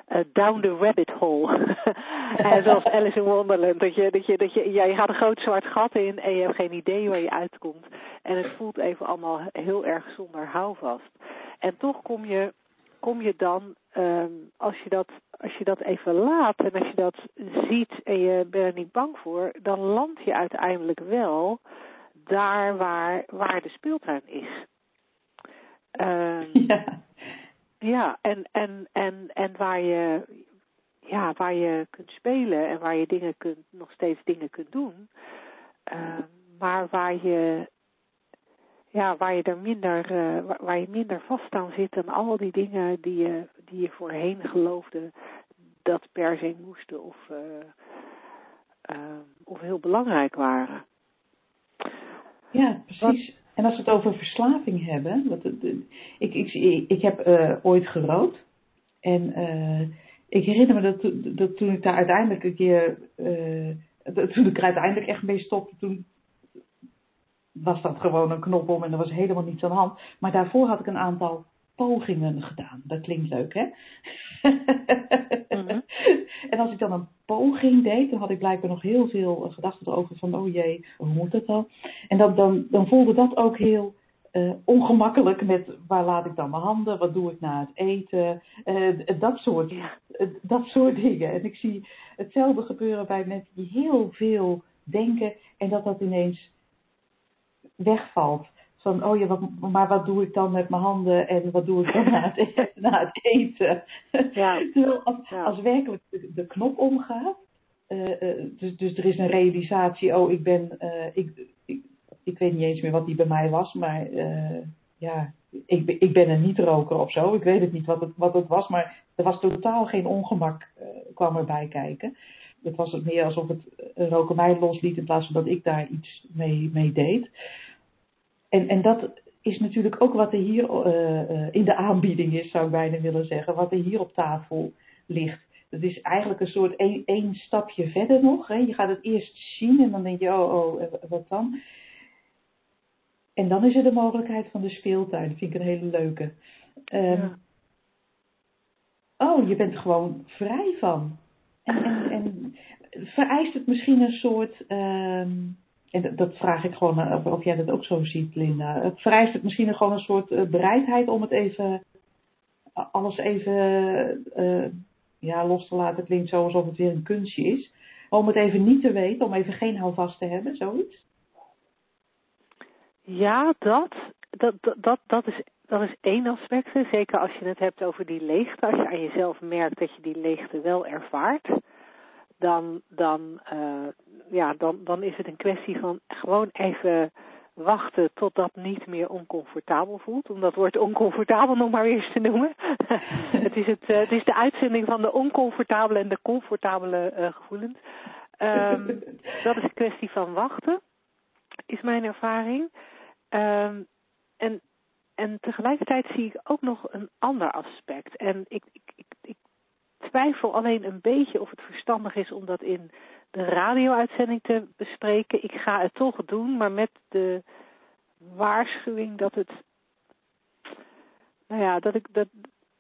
uh, down the rabbit hole. En zoals Alice in Wonderland, dat je, dat je, dat je, ja, je gaat een groot zwart gat in en je hebt geen idee waar je uitkomt. En het voelt even allemaal heel erg zonder houvast. En toch kom je, kom je dan, um, als je dat, als je dat even laat en als je dat ziet en je bent er niet bang voor, dan land je uiteindelijk wel daar waar, waar de speeltuin is. Um, Ja. Ja, en, en, en, en waar je, ja, waar je kunt spelen en waar je dingen kunt, nog steeds dingen kunt doen. Uh, maar waar je, ja, waar je er minder, uh, waar, waar je minder vast aan zit dan al die dingen die je, die je voorheen geloofde dat per se moesten of, uh, uh, of heel belangrijk waren. Ja, precies. Wat? En als we het over verslaving hebben, wat het, ik, ik, ik heb uh, ooit gerookt en uh, ik herinner me dat, dat toen ik daar uiteindelijk een keer, uh, toen ik er uiteindelijk echt mee stopte, toen was dat gewoon een knop om en er was helemaal niets aan de hand. Maar daarvoor had ik een aantal pogingen gedaan. Dat klinkt leuk, hè? Mm-hmm. En als ik dan een poging deed, dan had ik blijkbaar nog heel veel gedachten erover van, oh jee, hoe moet dat dan? En dan, dan, dan voelde dat ook heel uh, ongemakkelijk met, waar laat ik dan mijn handen? Wat doe ik na het eten? Uh, dat, soort, ja. uh, dat soort dingen. En ik zie hetzelfde gebeuren bij mensen die heel veel denken en dat dat ineens wegvalt. Van, oh ja, wat, maar wat doe ik dan met mijn handen en wat doe ik dan na het eten? Na het eten? Ja. Terwijl als, ja. als werkelijk de, de knop omgaat, uh, uh, dus, dus er is een realisatie, oh ik ben, uh, ik, ik, ik weet niet eens meer wat die bij mij was, maar uh, ja, ik, ik ben een niet-roker of zo, ik weet het niet wat het, wat het was, maar er was totaal geen ongemak, uh, kwam erbij kijken. Het was het meer alsof het roken mij losliet in plaats van dat ik daar iets mee, mee deed. En, en dat is natuurlijk ook wat er hier uh, uh, in de aanbieding is, zou ik bijna willen zeggen. Wat er hier op tafel ligt. Dat is eigenlijk een soort één, één stapje verder nog. Hè. Je gaat het eerst zien en dan denk je, oh, oh, wat dan? En dan is er de mogelijkheid van de speeltuin. Dat vind ik een hele leuke. Um, ja. Oh, je bent er gewoon vrij van. En, en, en vereist het misschien een soort... Um, En dat vraag ik gewoon of, of jij dat ook zo ziet, Linda. Het vereist het misschien gewoon een soort uh, bereidheid om het even, alles even uh, ja, los te laten. Klinkt zo alsof het weer een kunstje is. Om het even niet te weten, om even geen houvast te hebben, zoiets? Ja, dat, dat, dat, dat, is, dat is één aspect. Zeker als je het hebt over die leegte. Als je aan jezelf merkt dat je die leegte wel ervaart. Dan, dan, uh, ja, dan, dan is het een kwestie van gewoon even wachten tot dat niet meer oncomfortabel voelt. Om dat woord oncomfortabel nog maar weer eens te noemen. het, is het, uh, het is de uitzending van de oncomfortabele en de comfortabele uh, gevoelens. Um, dat is een kwestie van wachten, is mijn ervaring. Um, en, en tegelijkertijd zie ik ook nog een ander aspect. En ik, ik, ik, ik twijfel alleen een beetje of het verstandig is om dat in de radio-uitzending te bespreken. Ik ga het toch doen, maar met de waarschuwing dat het, nou ja, dat ik dat,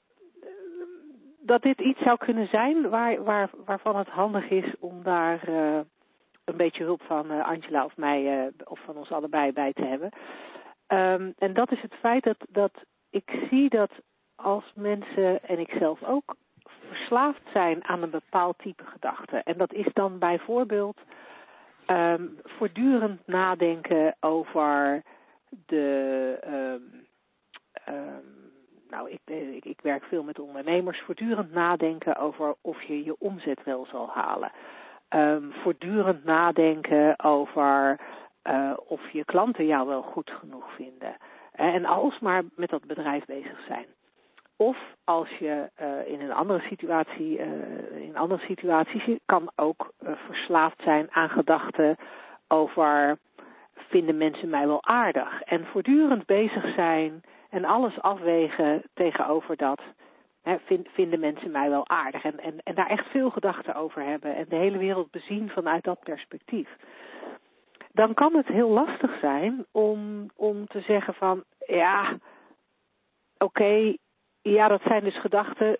dat dit iets zou kunnen zijn waar, waar, waarvan het handig is om daar uh, een beetje hulp van uh, Angela of mij uh, of van ons allebei bij te hebben. Um, en dat is het feit dat, dat ik zie dat als mensen, en ik zelf ook, verslaafd zijn aan een bepaald type gedachte. En dat is dan bijvoorbeeld um, voortdurend nadenken over de... Um, um, nou, ik, ik, ik werk veel met ondernemers. Voortdurend nadenken over of je je omzet wel zal halen. Um, voortdurend nadenken over uh, of je klanten jou wel goed genoeg vinden. En alsmaar met dat bedrijf bezig zijn. Of als je uh, in een andere situatie, uh, in andere situaties, je kan ook uh, verslaafd zijn aan gedachten over, vinden mensen mij wel aardig? En voortdurend bezig zijn en alles afwegen tegenover dat, hè, vind, vinden mensen mij wel aardig? En, en, en daar echt veel gedachten over hebben en de hele wereld bezien vanuit dat perspectief. Dan kan het heel lastig zijn om, om te zeggen van, ja, oké, okay, ja, dat zijn dus gedachten,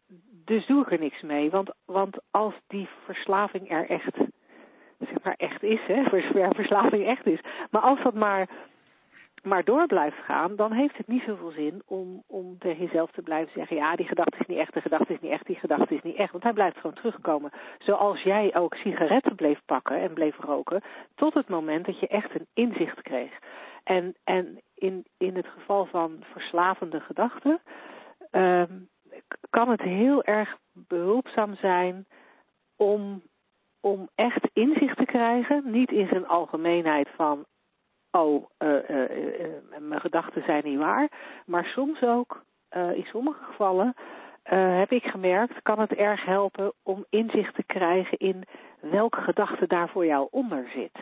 dus doe ik er niks mee. Want, want als die verslaving er echt, zeg maar echt is, hè, voor zover verslaving echt is. Maar als dat maar, maar door blijft gaan, dan heeft het niet zoveel zin om, om tegen jezelf te blijven zeggen, ja, die gedachte is niet echt, de gedachte is niet echt, die gedachte is niet echt. Want hij blijft gewoon terugkomen. Zoals jij ook sigaretten bleef pakken en bleef roken, tot het moment dat je echt een inzicht kreeg. En, en in, in het geval van verslavende gedachten, um, kan het heel erg behulpzaam zijn om, om echt inzicht te krijgen, niet in zijn algemeenheid van, oh, uh, uh, uh, uh, mijn gedachten zijn niet waar, maar soms ook, uh, in sommige gevallen, uh, heb ik gemerkt, kan het erg helpen om inzicht te krijgen in welke gedachte daar voor jou onder zit.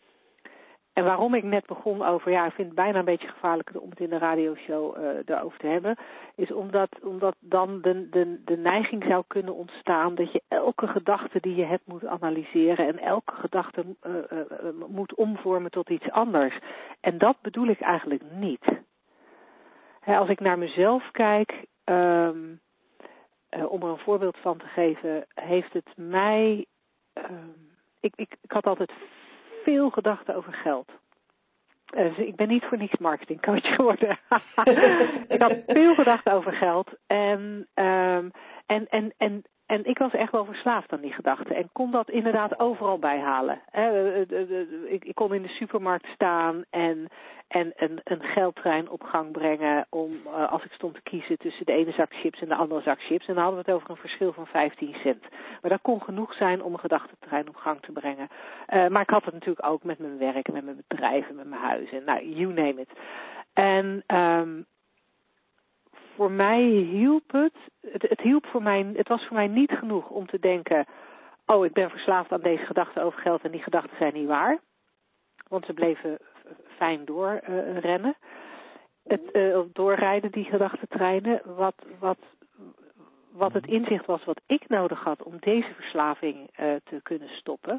En waarom ik net begon over, ja, ik vind het bijna een beetje gevaarlijk om het in de radioshow uh, daarover te hebben, is omdat, omdat dan de, de, de neiging zou kunnen ontstaan dat je elke gedachte die je hebt moet analyseren en elke gedachte uh, uh, uh, moet omvormen tot iets anders. En dat bedoel ik eigenlijk niet. He, als ik naar mezelf kijk, um, uh, om er een voorbeeld van te geven, heeft het mij, um, ik, ik, ik had altijd veel gedachten over geld. Uh, ik ben niet voor niks marketingcoach geworden. Ik had veel gedachten over geld. En, um, en, en, en, en ik was echt wel verslaafd aan die gedachten. En kon dat inderdaad overal bijhalen. Uh, uh, uh, uh, ik, ik kon in de supermarkt staan en, en een, een geldtrein op gang brengen. Om, uh, als ik stond te kiezen tussen de ene zak chips en de andere zak chips. En dan hadden we het over een verschil van vijftien cent. Maar dat kon genoeg zijn om een gedachtentrein op gang te brengen. Uh, maar ik had het natuurlijk ook met mijn werk, met mijn bedrijf en met mijn huis. En nou, you name it. En um, voor mij hielp het, het, het hielp voor mij, het was voor mij niet genoeg om te denken, oh, ik ben verslaafd aan deze gedachten over geld en die gedachten zijn niet waar. Want ze bleven fijn doorrennen. Uh, het uh, doorrijden, die gedachtentreinen. Wat, wat, wat het inzicht was wat ik nodig had om deze verslaving uh, te kunnen stoppen,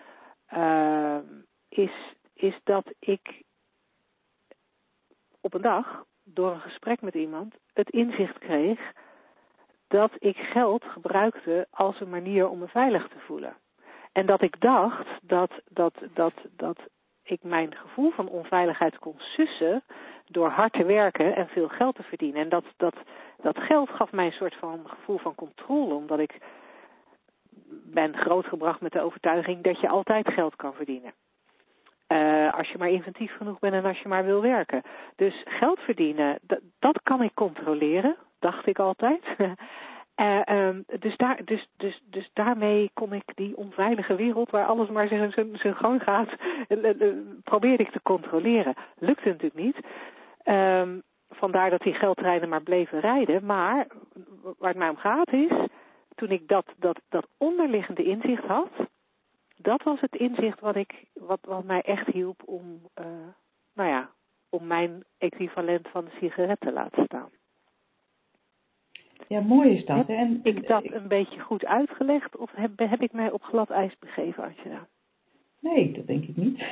uh, is, is dat ik op een dag, door een gesprek met iemand, het inzicht kreeg dat ik geld gebruikte als een manier om me veilig te voelen. En dat ik dacht dat, dat, dat, dat ik mijn gevoel van onveiligheid kon sussen door hard te werken en veel geld te verdienen. En dat, dat, dat geld gaf mij een soort van gevoel van controle, omdat ik ben grootgebracht met de overtuiging dat je altijd geld kan verdienen. Uh, als je maar inventief genoeg bent en als je maar wil werken. Dus geld verdienen, d- dat kan ik controleren, dacht ik altijd. uh, um, dus, daar, dus, dus, dus daarmee kon ik die onveilige wereld waar alles maar zijn, zijn, zijn gang gaat, uh, uh, probeerde ik te controleren. Lukte natuurlijk niet. Um, vandaar dat die geldtreinen maar bleven rijden. Maar waar het mij om gaat is, toen ik dat, dat, dat onderliggende inzicht had, dat was het inzicht wat, ik, wat, wat mij echt hielp om, uh, nou ja, om mijn equivalent van de sigaret te laten staan. Ja, mooi is dat. Heb hè? En, ik dat een beetje goed uitgelegd of heb, heb ik mij op glad ijs begeven, Angela? Nee, dat denk ik niet.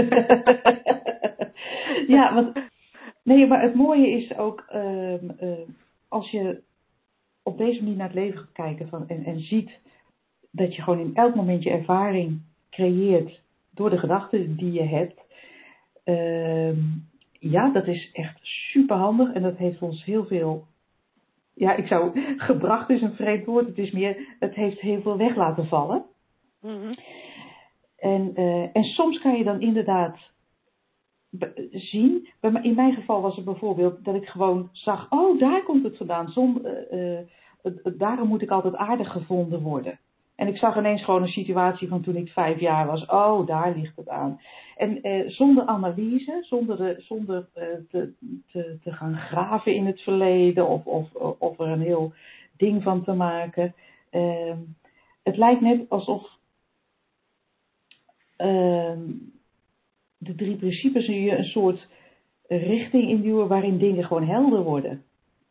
Ja, want, nee, maar het mooie is ook, uh, uh, als je op deze manier naar het leven gaat kijken van, en, en ziet dat je gewoon in elk moment je ervaring creëert door de gedachten die je hebt. Uh, ja, dat is echt super handig en dat heeft ons heel veel, ja, ik zou, gebracht is een vreemd woord, het is meer, het heeft heel veel weg laten vallen. Mm-hmm. En, uh, en soms kan je dan inderdaad zien, in mijn geval was het bijvoorbeeld dat ik gewoon zag, oh, daar komt het vandaan, Som, uh, uh, daarom moet ik altijd aardig gevonden worden. En ik zag ineens gewoon een situatie van toen ik vijf jaar was. Oh, daar ligt het aan. En eh, zonder analyse, zonder, de, zonder eh, te, te, te gaan graven in het verleden of, of, of er een heel ding van te maken. Eh, het lijkt net alsof eh, de drie principes je een soort richting induwen waarin dingen gewoon helder worden.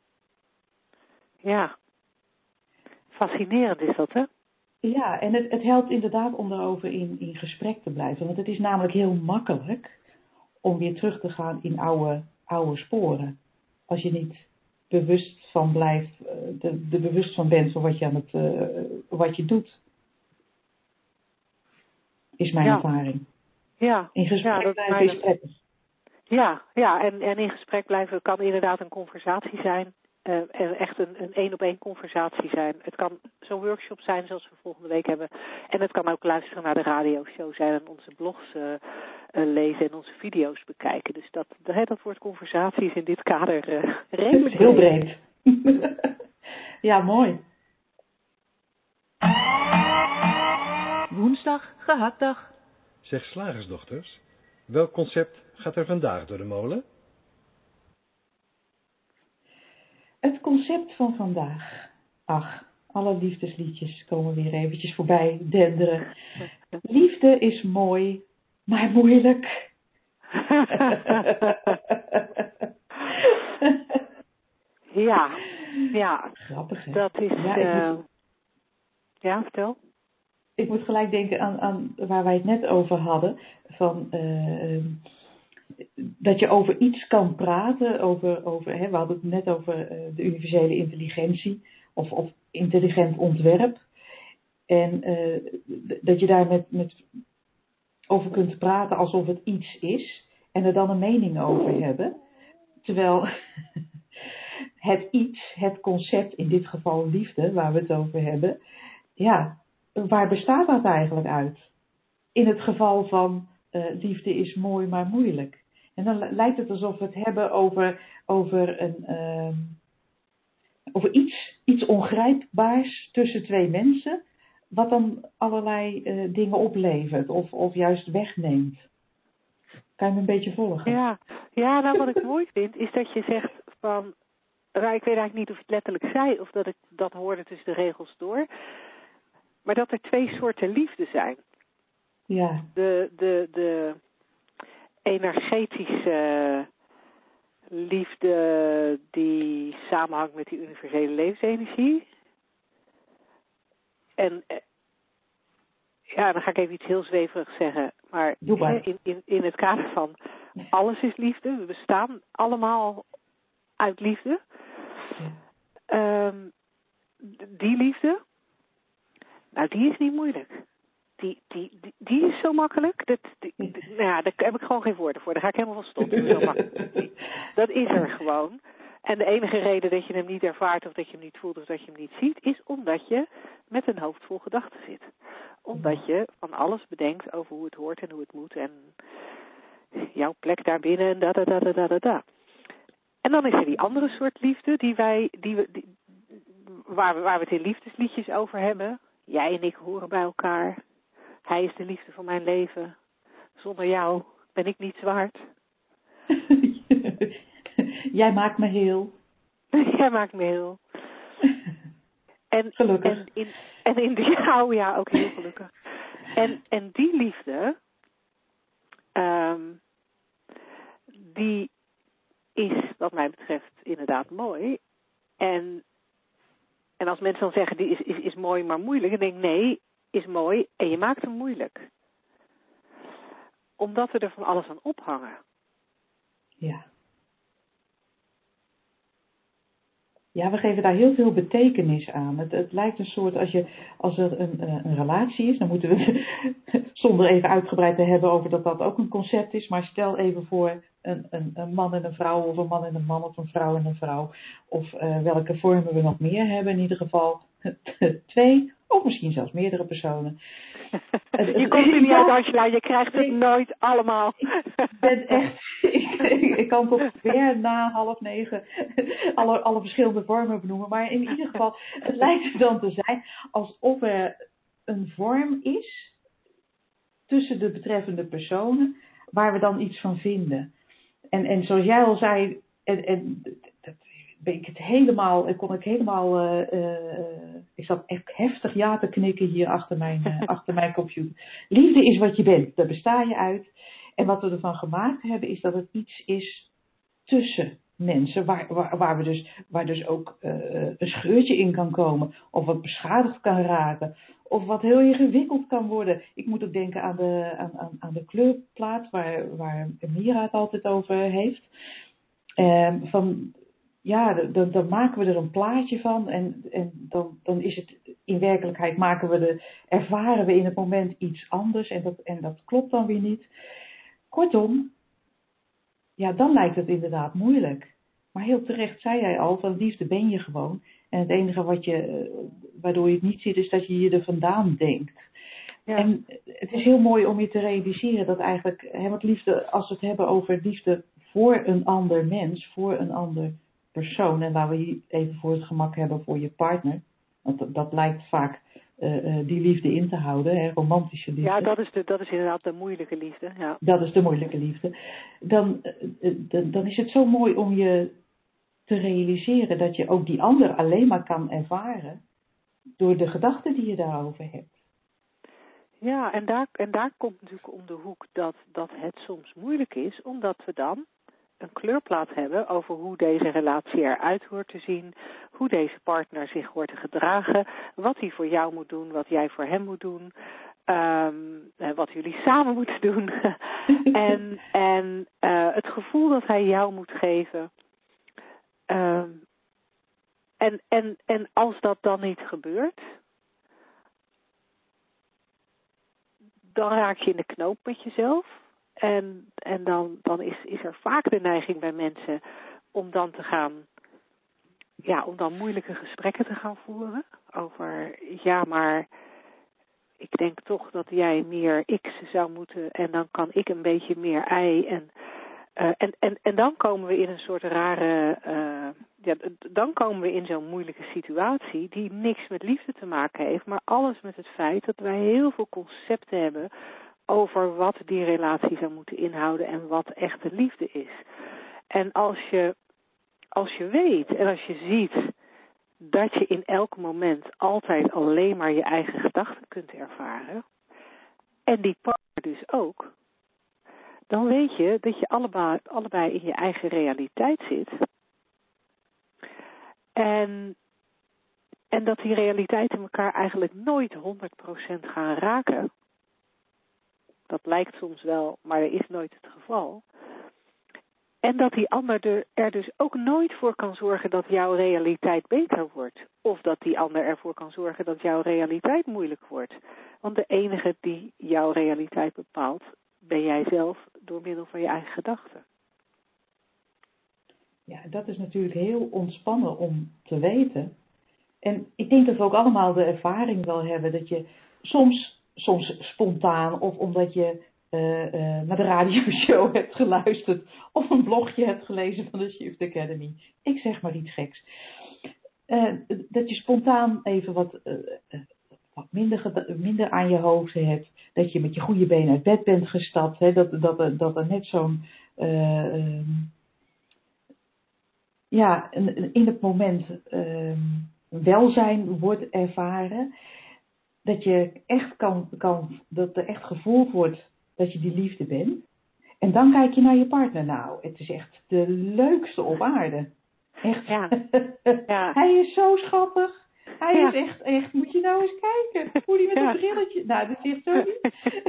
Ja, fascinerend is dat, hè? Ja, en het, het helpt inderdaad om daarover in, in gesprek te blijven. Want het is namelijk heel makkelijk om weer terug te gaan in oude, oude sporen. Als je niet bewust van blijft, uh, de, de bewust van bent van wat je aan het, uh, wat je doet. Is mijn ja. ervaring. Ja. In gesprek ja, dat blijven is prettig. Ja, ja en, en in gesprek blijven kan inderdaad een conversatie zijn. Uh, en echt een, een één-op-één conversatie zijn. Het kan zo'n workshop zijn zoals we volgende week hebben. En het kan ook luisteren naar de radioshow zijn en onze blogs uh, uh, lezen en onze video's bekijken. Dus dat, dat, dat wordt conversaties in dit kader uh, redelijk heel breed. Ja, mooi. Woensdag, gehaktdag. Zeg slagersdochters, welk concept gaat er vandaag door de molen? Het concept van vandaag. Ach, alle liefdesliedjes komen weer eventjes voorbij denderen. Liefde is mooi, maar moeilijk. ja, ja. Grappig, hè? Dat is... Ja, ik uh... moet... ja, vertel. Ik moet gelijk denken aan, aan waar wij het net over hadden. Van... Uh, dat je over iets kan praten, over, over, hè, we hadden het net over uh, de universele intelligentie of, of intelligent ontwerp. En uh, d- dat je daar met, met over kunt praten alsof het iets is en er dan een mening over hebben. Terwijl het iets, het concept, in dit geval liefde, waar we het over hebben, ja, waar bestaat dat eigenlijk uit? In het geval van uh, liefde is mooi maar moeilijk. En dan lijkt het alsof we het hebben over, over, een, uh, over iets, iets ongrijpbaars tussen twee mensen, wat dan allerlei uh, dingen oplevert of, of juist wegneemt. Kan je me een beetje volgen? Ja, ja nou wat ik mooi vind is dat je zegt van, nou, ik weet eigenlijk niet of je het letterlijk zei of dat ik dat hoorde tussen de regels door, maar dat er twee soorten liefde zijn. Ja. De, de, de energetische liefde die samenhangt met die universele levensenergie. En ja, dan ga ik even iets heel zweverigs zeggen. Maar in, in, in het kader van alles is liefde. We bestaan allemaal uit liefde. Ja. Um, die liefde, nou die is niet moeilijk. Die, die, die, die is zo makkelijk. Dat, die, die, nou ja, daar heb ik gewoon geen woorden voor. Daar ga ik helemaal van stoppen. Zo makkelijk. Dat is er gewoon. En de enige reden dat je hem niet ervaart of dat je hem niet voelt of dat je hem niet ziet, is omdat je met een hoofd vol gedachten zit. Omdat je van alles bedenkt over hoe het hoort en hoe het moet en jouw plek daarbinnen en da da da da da da da. En dan is er die andere soort liefde die wij, die we, die, waar, we, waar we het in liefdesliedjes over hebben. Jij en ik horen bij elkaar. Hij is de liefde van mijn leven. Zonder jou ben ik niets waard. Jij maakt me heel. Jij maakt me heel. En, gelukkig. En in, en in die, oh ja, ook heel gelukkig. En, en die liefde, um, die is wat mij betreft inderdaad mooi. En, en als mensen dan zeggen, die is, is, is mooi maar moeilijk, dan denk ik, nee, is mooi en je maakt hem moeilijk. Omdat we er van alles aan ophangen. Ja. Ja, we geven daar heel veel betekenis aan. Het, het lijkt een soort, als, je, als er een, een relatie is, dan moeten we, zonder even uitgebreid te hebben over dat dat ook een concept is, maar stel even voor een, een, een man en een vrouw, of een man en een man, of een vrouw en een vrouw, of uh, welke vormen we nog meer hebben, in ieder geval twee, of misschien zelfs meerdere personen. Je komt er niet uit, Angela, je krijgt het nooit allemaal. Ik ben echt, ik, ik, ik kan tot weer na half negen alle, alle verschillende vormen benoemen. Maar in ieder geval, het lijkt er dan te zijn alsof er een vorm is tussen de betreffende personen waar we dan iets van vinden. En, en zoals jij al zei, en, en dat ben ik het helemaal, ik kon ik helemaal, uh, uh, ik zat echt heftig ja te knikken hier achter mijn, uh, achter mijn computer. Liefde is wat je bent, daar besta je uit. En wat we ervan gemaakt hebben is dat het iets is tussen mensen, waar, waar, waar, we dus, waar dus ook uh, een scheurtje in kan komen, of wat beschadigd kan raken, of wat heel ingewikkeld kan worden. Ik moet ook denken aan de, aan, aan, aan de kleurplaat, waar, waar Mira het altijd over heeft. Um, van ja, dan, dan maken we er een plaatje van en, en dan, dan is het in werkelijkheid maken we de, ervaren we in het moment iets anders en dat, en dat klopt dan weer niet. Kortom, ja, dan lijkt het inderdaad moeilijk. Maar heel terecht zei jij al, van liefde ben je gewoon. En het enige wat je, waardoor je het niet ziet, is dat je je er vandaan denkt. Ja. En het is heel mooi om je te realiseren dat eigenlijk, hè, want liefde, als we het hebben over liefde voor een ander mens, voor een ander persoon, en laten we hier even voor het gemak hebben voor je partner, want dat, dat lijkt vaak uh, uh, die liefde in te houden, hè, romantische liefde. Ja, dat is, de, dat is inderdaad de moeilijke liefde. Ja. Dat is de moeilijke liefde. Dan, uh, uh, dan is het zo mooi om je te realiseren dat je ook die ander alleen maar kan ervaren door de gedachten die je daarover hebt. Ja, en daar, en daar komt natuurlijk om de hoek dat, dat het soms moeilijk is, omdat we dan een kleurplaat hebben over hoe deze relatie eruit hoort te zien, hoe deze partner zich hoort te gedragen, wat hij voor jou moet doen, wat jij voor hem moet doen, um, wat jullie samen moeten doen. en en uh, het gevoel dat hij jou moet geven. Um, en, en, en als dat dan niet gebeurt, dan raak je in de knoop met jezelf. En, en dan, dan is, is er vaak de neiging bij mensen om dan te gaan, ja, om dan moeilijke gesprekken te gaan voeren. Over, ja, maar ik denk toch dat jij meer X zou moeten en dan kan ik een beetje meer Y. En, uh, en, en, en dan komen we in een soort rare, uh, ja, dan komen we in zo'n moeilijke situatie die niks met liefde te maken heeft, maar alles met het feit dat wij heel veel concepten hebben over wat die relatie zou moeten inhouden en wat echte liefde is. En als je, als je weet en als je ziet dat je in elk moment altijd alleen maar je eigen gedachten kunt ervaren, en die partner dus ook, dan weet je dat je allebei, allebei in je eigen realiteit zit. En, en dat die realiteiten elkaar eigenlijk nooit honderd procent gaan raken. Dat lijkt soms wel, maar dat is nooit het geval. En dat die ander er, er dus ook nooit voor kan zorgen dat jouw realiteit beter wordt. Of dat die ander ervoor kan zorgen dat jouw realiteit moeilijk wordt. Want de enige die jouw realiteit bepaalt, ben jij zelf door middel van je eigen gedachten. Ja, dat is natuurlijk heel ontspannen om te weten. En ik denk dat we ook allemaal de ervaring wel hebben dat je soms... Soms spontaan of omdat je uh, uh, naar de radioshow hebt geluisterd of een blogje hebt gelezen van de Shift Academy. Ik zeg maar iets geks. Uh, dat je spontaan even wat, uh, uh, wat minder, minder aan je hoofd hebt. Dat je met je goede benen uit bed bent gestapt. Hè? Dat, dat, dat, dat er net zo'n... Uh, uh, ja, in het moment uh, welzijn wordt ervaren. Dat je echt kan, kan, dat er echt gevoeld wordt dat je die liefde bent. En dan kijk je naar je partner. Nou, het is echt de leukste op aarde. Echt. Ja. Ja. Hij is zo schattig. Hij ja. is echt, echt, moet je nou eens kijken. Hoe die met ja. een brilletje. Nou, dat ligt zo niet.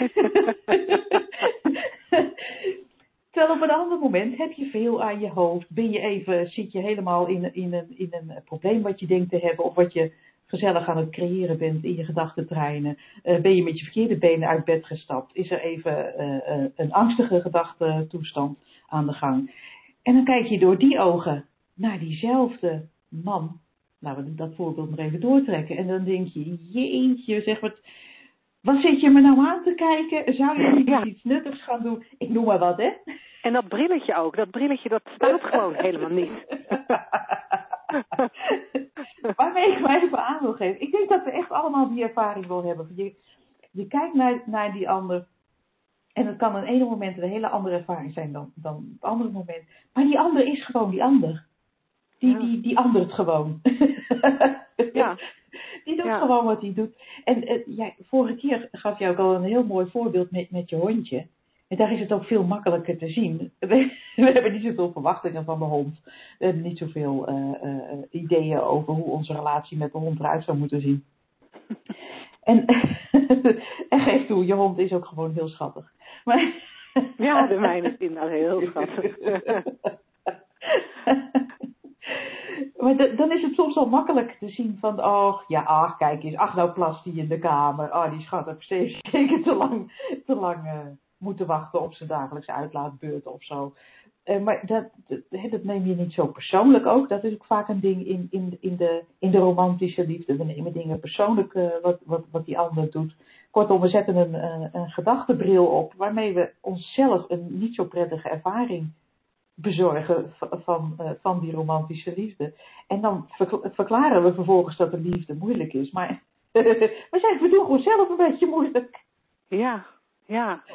Terwijl op een ander moment heb je veel aan je hoofd. Ben je even, zit je helemaal in, in, een, in een probleem wat je denkt te hebben. Of wat je gezellig aan het creëren bent in je gedachtentreinen. Uh, ben je met je verkeerde benen uit bed gestapt. Is er even uh, uh, een angstige gedachtetoestand aan de gang. En dan kijk je door die ogen naar diezelfde man. Laten we dat voorbeeld nog even doortrekken. En dan denk je, jeetje, zeg wat... Wat zit je me nou aan te kijken? Zou je niet ja. iets nuttigs gaan doen? Ik noem maar wat, hè? En dat brilletje ook. Dat brilletje, dat staat gewoon helemaal niet. Waarmee ik mij even aan wil geven. Ik denk dat we echt allemaal die ervaring wil hebben. Je, je kijkt naar, naar die ander. En het kan een ene moment een hele andere ervaring zijn dan, dan het andere moment. Maar die ander is gewoon die ander. Die, ja. die, die ander het gewoon. Ja. Die doet ja. gewoon wat hij doet. En uh, ja, vorige keer gaf je ook al een heel mooi voorbeeld met, met je hondje. En daar is het ook veel makkelijker te zien. We, we hebben niet zoveel verwachtingen van de hond. We hebben niet zoveel uh, uh, ideeën over hoe onze relatie met de hond eruit zou moeten zien. En, en geef toe, je hond is ook gewoon heel schattig. Maar, ja, de mijne is inderdaad heel schattig. Maar de, dan is het soms al makkelijk te zien van, oh ja, ach, kijk eens, ach, nou plast die in de kamer. Oh, die schat heeft zeker te lang, te lang uh, moeten wachten op zijn dagelijkse uitlaatbeurt of zo. Uh, maar dat, dat, dat neem je niet zo persoonlijk ook. Dat is ook vaak een ding in, in, in, de, in de romantische liefde. We nemen dingen persoonlijk uh, wat, wat, wat die ander doet. Kortom, we zetten een, een, een gedachtebril op waarmee we onszelf een niet zo prettige ervaring bezorgen van, van, uh, van die romantische liefde. En dan verklaren we vervolgens dat de liefde moeilijk is. Maar we zijn we doen gewoon zelf een beetje moeilijk. Ja, ja.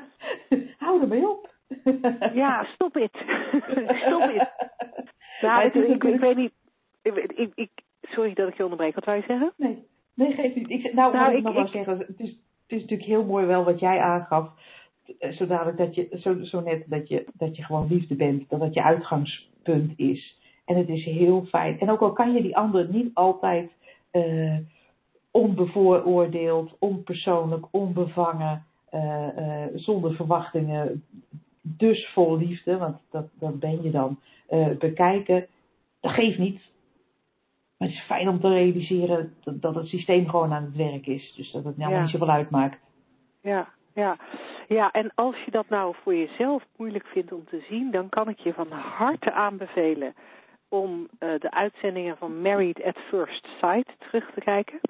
Hou ermee op. Ja, stop het. Stop het. Nou, ik, ik, ik weet niet. Ik, ik, ik, sorry dat ik je onderbreek. Wat wou je zeggen? Nee, nee, geef niet. Ik, nou, nou, wat ik, ik nog wel zeggen. Het is, het is natuurlijk heel mooi wel wat jij aangaf. Zodanig dat je, zo, zo net dat je, dat je gewoon liefde bent. Dat dat je uitgangspunt is. En het is heel fijn. En ook al kan je die ander niet altijd uh, onbevooroordeeld, onpersoonlijk, onbevangen, uh, uh, zonder verwachtingen, dus vol liefde, want dat, dat ben je dan, uh, bekijken. Dat geeft niet. Maar het is fijn om te realiseren dat, dat het systeem gewoon aan het werk is. Dus dat het nou ja. niet zoveel uitmaakt. Ja, ja. Ja, en als je dat nou voor jezelf moeilijk vindt om te zien, dan kan ik je van harte aanbevelen om uh, de uitzendingen van Married at First Sight terug te kijken.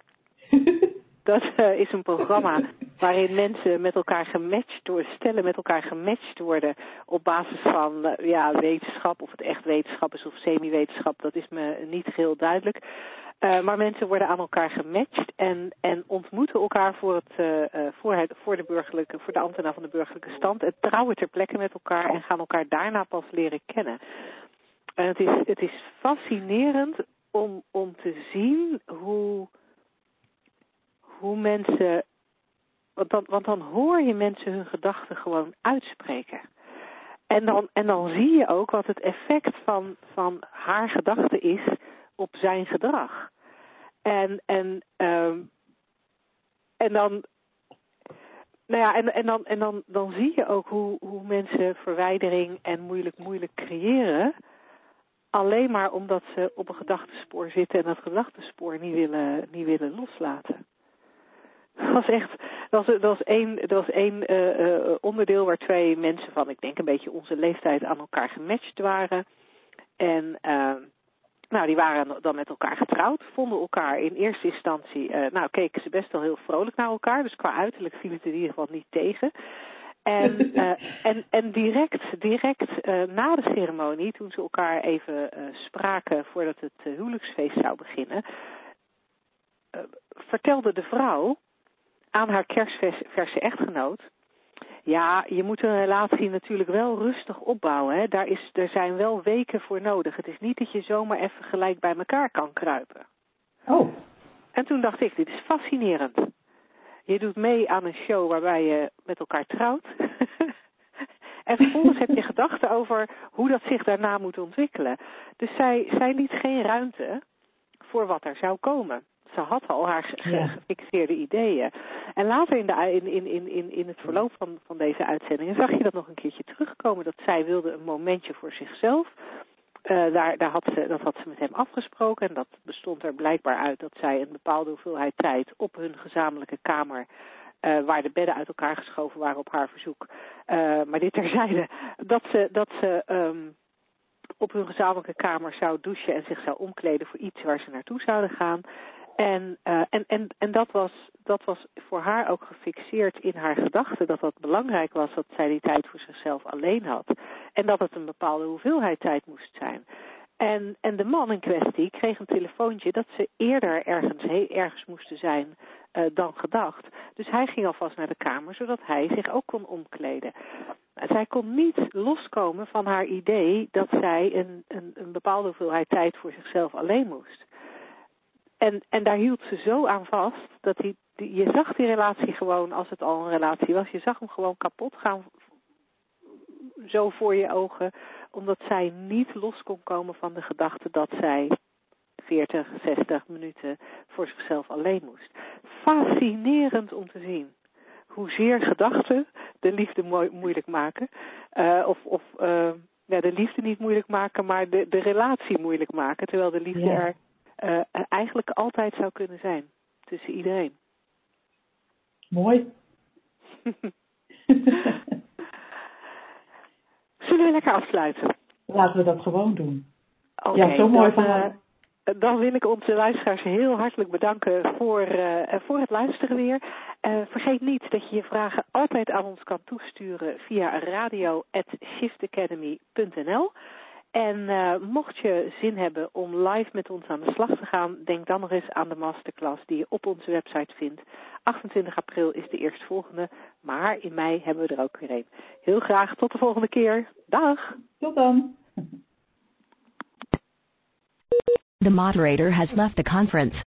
Dat uh, is een programma waarin mensen met elkaar gematcht worden, stellen met elkaar gematcht worden op basis van uh, ja, wetenschap, of het echt wetenschap is of semi-wetenschap, dat is me niet geheel duidelijk. Uh, maar mensen worden aan elkaar gematcht en, en ontmoeten elkaar voor, het, uh, uh, voor, het, voor, de burgerlijke, voor de ambtenaar van de burgerlijke stand en trouwen ter plekke met elkaar en gaan elkaar daarna pas leren kennen. En het is, het is fascinerend om, om te zien hoe, hoe mensen, want dan, want dan hoor je mensen hun gedachten gewoon uitspreken. En dan, en dan zie je ook wat het effect van, van haar gedachte is op zijn gedrag. En, en, um, en dan, nou ja, en, en, dan, en dan, dan zie je ook hoe, hoe mensen verwijdering en moeilijk moeilijk creëren, alleen maar omdat ze op een gedachtespoor zitten en dat gedachtespoor niet willen, niet willen loslaten. Dat was echt, dat was, dat was één, dat was één uh, uh, onderdeel waar twee mensen van, ik denk een beetje onze leeftijd, aan elkaar gematcht waren. En uh, nou, die waren dan met elkaar getrouwd, vonden elkaar in eerste instantie, uh, nou keken ze best wel heel vrolijk naar elkaar, dus qua uiterlijk viel het in ieder geval niet tegen. En, uh, en, en direct, direct uh, na de ceremonie, toen ze elkaar even uh, spraken voordat het uh, huwelijksfeest zou beginnen, uh, vertelde de vrouw aan haar kerstverse echtgenoot, ja, je moet een relatie natuurlijk wel rustig opbouwen. Hè? Daar, is, daar zijn wel weken voor nodig. Het is niet dat je zomaar even gelijk bij elkaar kan kruipen. Oh. En toen dacht ik, dit is fascinerend. Je doet mee aan een show waarbij je met elkaar trouwt. En vervolgens heb je gedachten over hoe dat zich daarna moet ontwikkelen. Dus zij, zij liet geen ruimte voor wat er zou komen. Ze had al haar ja. gefixeerde ideeën. En later in, de, in, in, in, in het verloop van, van deze uitzendingen zag je dat nog een keertje terugkomen. Dat zij wilde een momentje voor zichzelf. Uh, daar, daar had ze, dat had ze met hem afgesproken. En dat bestond er blijkbaar uit dat zij een bepaalde hoeveelheid tijd op hun gezamenlijke kamer, Uh, waar de bedden uit elkaar geschoven waren op haar verzoek. Uh, maar dit terzijde, dat ze, dat ze um, op hun gezamenlijke kamer zou douchen en zich zou omkleden voor iets waar ze naartoe zouden gaan. En, uh, en, en, en dat, was, dat was voor haar ook gefixeerd in haar gedachten, dat dat belangrijk was dat zij die tijd voor zichzelf alleen had. En dat het een bepaalde hoeveelheid tijd moest zijn. En, en de man in kwestie kreeg een telefoontje dat ze eerder ergens, he, ergens moesten zijn uh, dan gedacht. Dus hij ging alvast naar de kamer, zodat hij zich ook kon omkleden. Zij kon niet loskomen van haar idee dat zij een, een, een bepaalde hoeveelheid tijd voor zichzelf alleen moest. En, en daar hield ze zo aan vast, dat die, die, je zag die relatie gewoon, als het al een relatie was, je zag hem gewoon kapot gaan, zo voor je ogen, omdat zij niet los kon komen van de gedachte dat zij veertig, zestig minuten voor zichzelf alleen moest. Fascinerend om te zien hoezeer gedachten de liefde mo- moeilijk maken. Uh, of, of uh, ja, de liefde niet moeilijk maken, maar de, de relatie moeilijk maken. Terwijl de liefde Ja. er uh, eigenlijk altijd zou kunnen zijn. Tussen iedereen. Mooi. Zullen we lekker afsluiten? Laten we dat gewoon doen. Okay, ja, zo mooi dan, verhaal. Uh, dan wil ik onze luisteraars heel hartelijk bedanken voor, uh, voor het luisteren weer. Uh, vergeet niet dat je je vragen altijd aan ons kan toesturen via radio at shift academy punt n l. En uh, mocht je zin hebben om live met ons aan de slag te gaan, denk dan nog eens aan de masterclass die je op onze website vindt. achtentwintig april is de eerstvolgende, maar in mei hebben we er ook weer een. Heel graag tot de volgende keer. Dag! Tot dan! The moderator has left the conference.